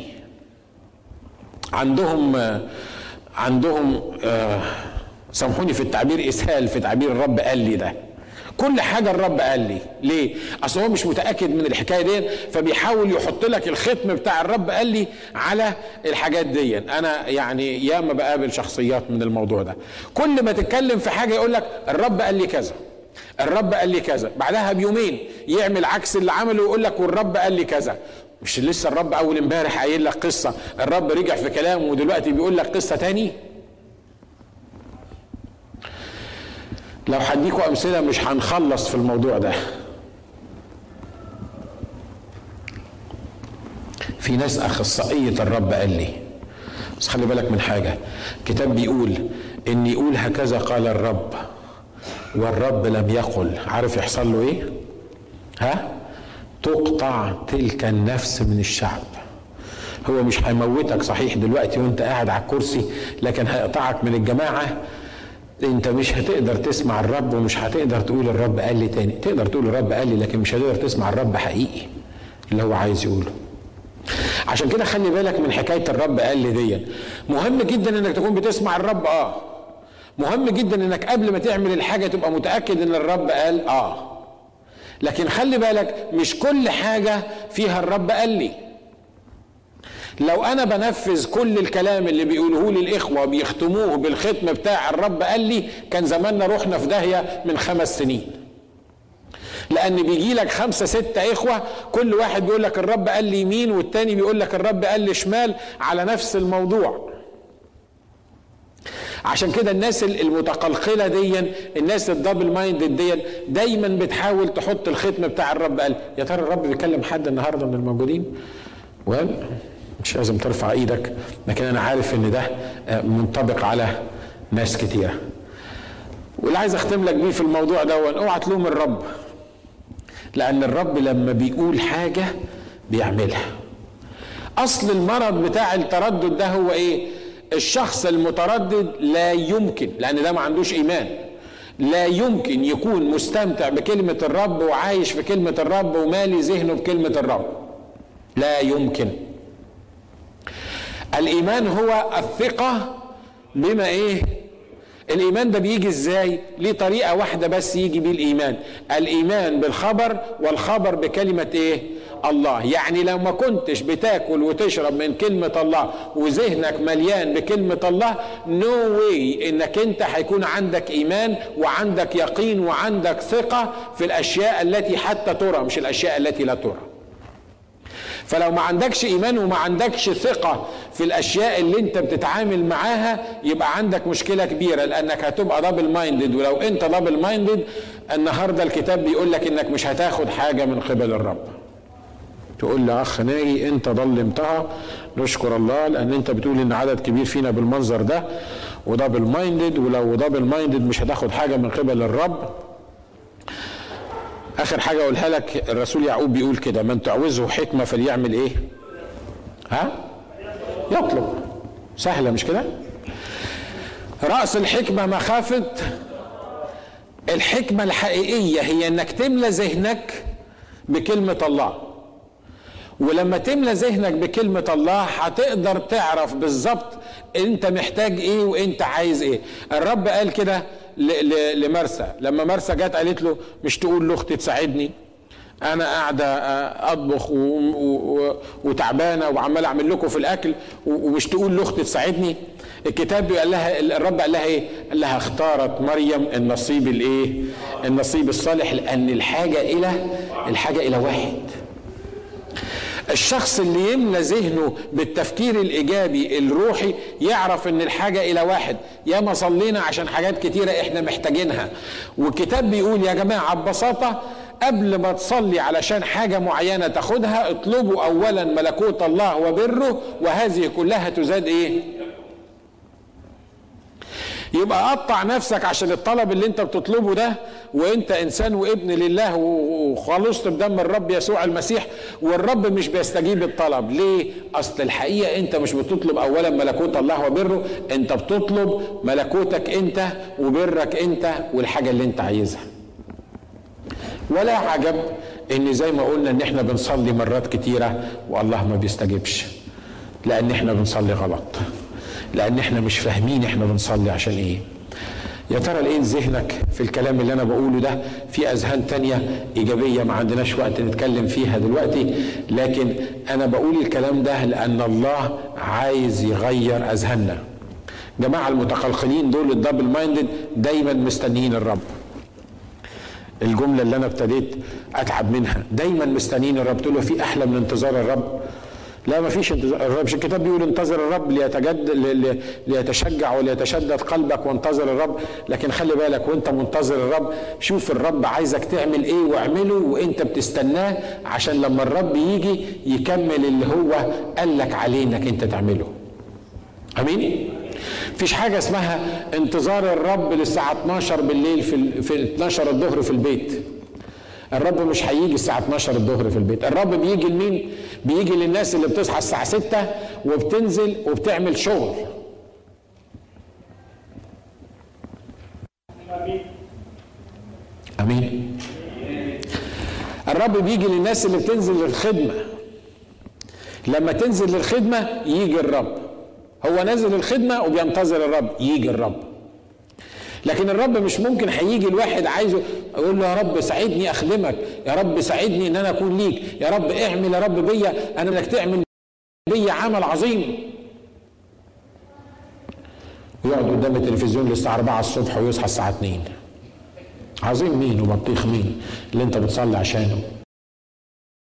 عندهم عندهم آه سامحوني في التعبير، اسهال في تعبير الرب قال لي ده. كل حاجه الرب قال لي. ليه؟ اصل هو مش متاكد من الحكايه دي، فبيحاول يحط لك الختم بتاع الرب قال لي على الحاجات دي. انا يعني ياما بقابل شخصيات من الموضوع ده، كل ما تتكلم في حاجه يقول لك الرب قال لي كذا، الرب قال لي كذا، بعدها بيومين يعمل عكس اللي عمله ويقول لك والرب قال لي كذا. مش لسه الرب اول امبارح قايل لك قصه، الرب رجع في كلامه ودلوقتي بيقول لك قصه تاني؟ لو هديكوا امثله مش هنخلص في الموضوع ده. في ناس اخصائيه الرب قال لي، بس خلي بالك من حاجه، الكتاب بيقول ان يقول هكذا قال الرب والرب لم يقل، عارف يحصل له ايه؟ ها؟ تقطع تلك النفس من الشعب. هو مش هيموتك صحيح دلوقتي وانت قاعد على الكرسي، لكن هيقطعك من الجماعة. انت مش هتقدر تسمع الرب، ومش هتقدر تقول الرب قال لي تاني. تقدر تقول الرب قال لي، لكن مش هتقدر تسمع الرب حقيقي اللي هو عايز يقوله. عشان كده خلي بالك من حكاية الرب قال لي دي. مهم جدا انك تكون بتسمع الرب، اه مهم جدا انك قبل ما تعمل الحاجة تبقى متأكد ان الرب قال اه لكن خلي بالك مش كل حاجة فيها الرب قال لي. لو انا بنفذ كل الكلام اللي بيقولوه لي الاخوة بيختموه بالختم بتاع الرب قال لي، كان زماننا روحنا في داهية من خمس سنين. لان بيجي لك خمسة ستة اخوة كل واحد بيقول لك الرب قال لي يمين، والتاني بيقول لك الرب قال لي شمال على نفس الموضوع. عشان كده الناس المتقلقلة دي، الناس الدبل مايندد دي، دايما بتحاول تحط الختم بتاع الرب قال. يا ترى الرب بيكلم حد النهارده من الموجودين؟ وقال مش لازم ترفع ايدك، لكن انا عارف ان ده منطبق على ناس كتيرة. واللي عايز اختم لك بيه في الموضوع ده، اوعى تلوم الرب، لان الرب لما بيقول حاجة بيعملها. اصل المرض بتاع التردد ده هو ايه؟ الشخص المتردد لا يمكن، لان ده ما عندوش ايمان، لا يمكن يكون مستمتع بكلمة الرب وعايش في كلمة الرب ومالي ذهنه بكلمة الرب. لا يمكن. الايمان هو الثقة بما ايه؟ الايمان ده بيجي ازاي؟ ليه طريقة واحدة بس يجي بيه الايمان، الايمان بالخبر، والخبر بكلمة ايه؟ الله. يعني لو ما كنتش بتاكل وتشرب من كلمة الله وذهنك مليان بكلمة الله، نو واي انك انت هيكون عندك ايمان وعندك يقين وعندك ثقة في الاشياء التي حتى ترى، مش الاشياء التي لا ترى. فلو ما عندكش ايمان وما عندكش ثقة في الاشياء اللي انت بتتعامل معاها، يبقى عندك مشكلة كبيرة، لانك هتبقى دبل مايندد. ولو انت دبل مايندد، النهاردة الكتاب بيقول لك انك مش هتاخد حاجة من قبل الرب. تقول لي اخ ناجي انت ضلمتها، نشكر الله، لان انت بتقول ان عدد كبير فينا بالمنظر ده ودبل مايندد، ولو دبل مايندد مش هتاخد حاجة من قبل الرب. اخر حاجة اقولها لك، الرسول يعقوب بيقول كده: من تعوزه حكمة فليعمل ايه؟ ها؟ يطلب. سهلة مش كده؟ رأس الحكمة مخافة. الحكمة الحقيقية هي انك تملى ذهنك بكلمة الله، ولما تملى ذهنك بكلمة الله هتقدر تعرف بالظبط انت محتاج ايه وانت عايز ايه. الرب قال كده لمرسى، لما مرسى جت قالت له مش تقول لاختي تساعدني، انا قاعده اطبخ وتعبانه وعمال اعمل لكم في الاكل، ومش تقول لاختي تساعدني. الكتاب قال لها، الرب قال لها ايه؟ قال لها اختارت مريم النصيب الايه؟ النصيب الصالح، لان الحاجه الى الحاجه الى واحد. الشخص اللي يملى ذهنه بالتفكير الايجابي الروحي يعرف ان الحاجه الى واحد. ياما صلينا عشان حاجات كتيره احنا محتاجينها، والكتاب بيقول يا جماعه ببساطه، قبل ما تصلي علشان حاجه معينه تاخدها، اطلبوا اولا ملكوت الله وبره، وهذه كلها تزاد ايه؟ يبقى قطع نفسك عشان الطلب اللي انت بتطلبه ده، وانت انسان وابن لله وخلصت بدم الرب يسوع المسيح، والرب مش بيستجيب الطلب. ليه؟ اصل الحقيقة انت مش بتطلب اولا ملكوت الله وبره، انت بتطلب ملكوتك انت وبرك انت والحاجة اللي انت عايزها. ولا عجب ان زي ما قلنا ان احنا بنصلي مرات كتيرة والله ما بيستجيبش، لان احنا بنصلي غلط، لان احنا مش فاهمين احنا بنصلي عشان ايه. يا ترى لقيت ذهنك في الكلام اللي انا بقوله ده في اذهان تانية ايجابية ما عندناش وقت نتكلم فيها دلوقتي، لكن انا بقول الكلام ده لان الله عايز يغير اذهاننا. جماعة المتقلقلين دول الدبل مايندد دايما مستنيين الرب. الجملة اللي انا ابتديت اتعب منها، دايما مستنيين الرب. تقول له في احلى من انتظار الرب؟ لا، ما فيش انتظار الرب. الكتاب بيقول انتظر الرب ليتجد ليتشجع وليتشدد قلبك، وانتظر الرب. لكن خلي بالك وانت منتظر الرب، شوف الرب عايزك تعمل ايه واعمله وانت بتستناه، عشان لما الرب يجي يكمل اللي هو قال لك عليه انك انت تعمله. امين. مفيش حاجه اسمها انتظار الرب للساعه اتناشر بالليل في, في اتناشر الظهر في البيت. الرب مش هيجي الساعه اتناشر الظهر في البيت. الرب بيجي لمين؟ بيجي للناس اللي بتصحى الساعه ستة وبتنزل وبتعمل شغل. امين. الرب بيجي للناس اللي بتنزل للخدمه. لما تنزل للخدمه يجي الرب. هو نازل الخدمه وبينتظر الرب، يجي الرب. لكن الرب مش ممكن هيجي الواحد عايزه يقول له يا رب ساعدني اخدمك، يا رب ساعدني ان انا اكون ليك، يا رب اعمل يا رب بيا، انا بدك تعمل بيا عمل عظيم. ويقعد قدام التلفزيون للساعه اربعة الصبح ويصحى الساعه اتنين. عظيم مين وبطيخ مين اللي انت بتصلي عشانه؟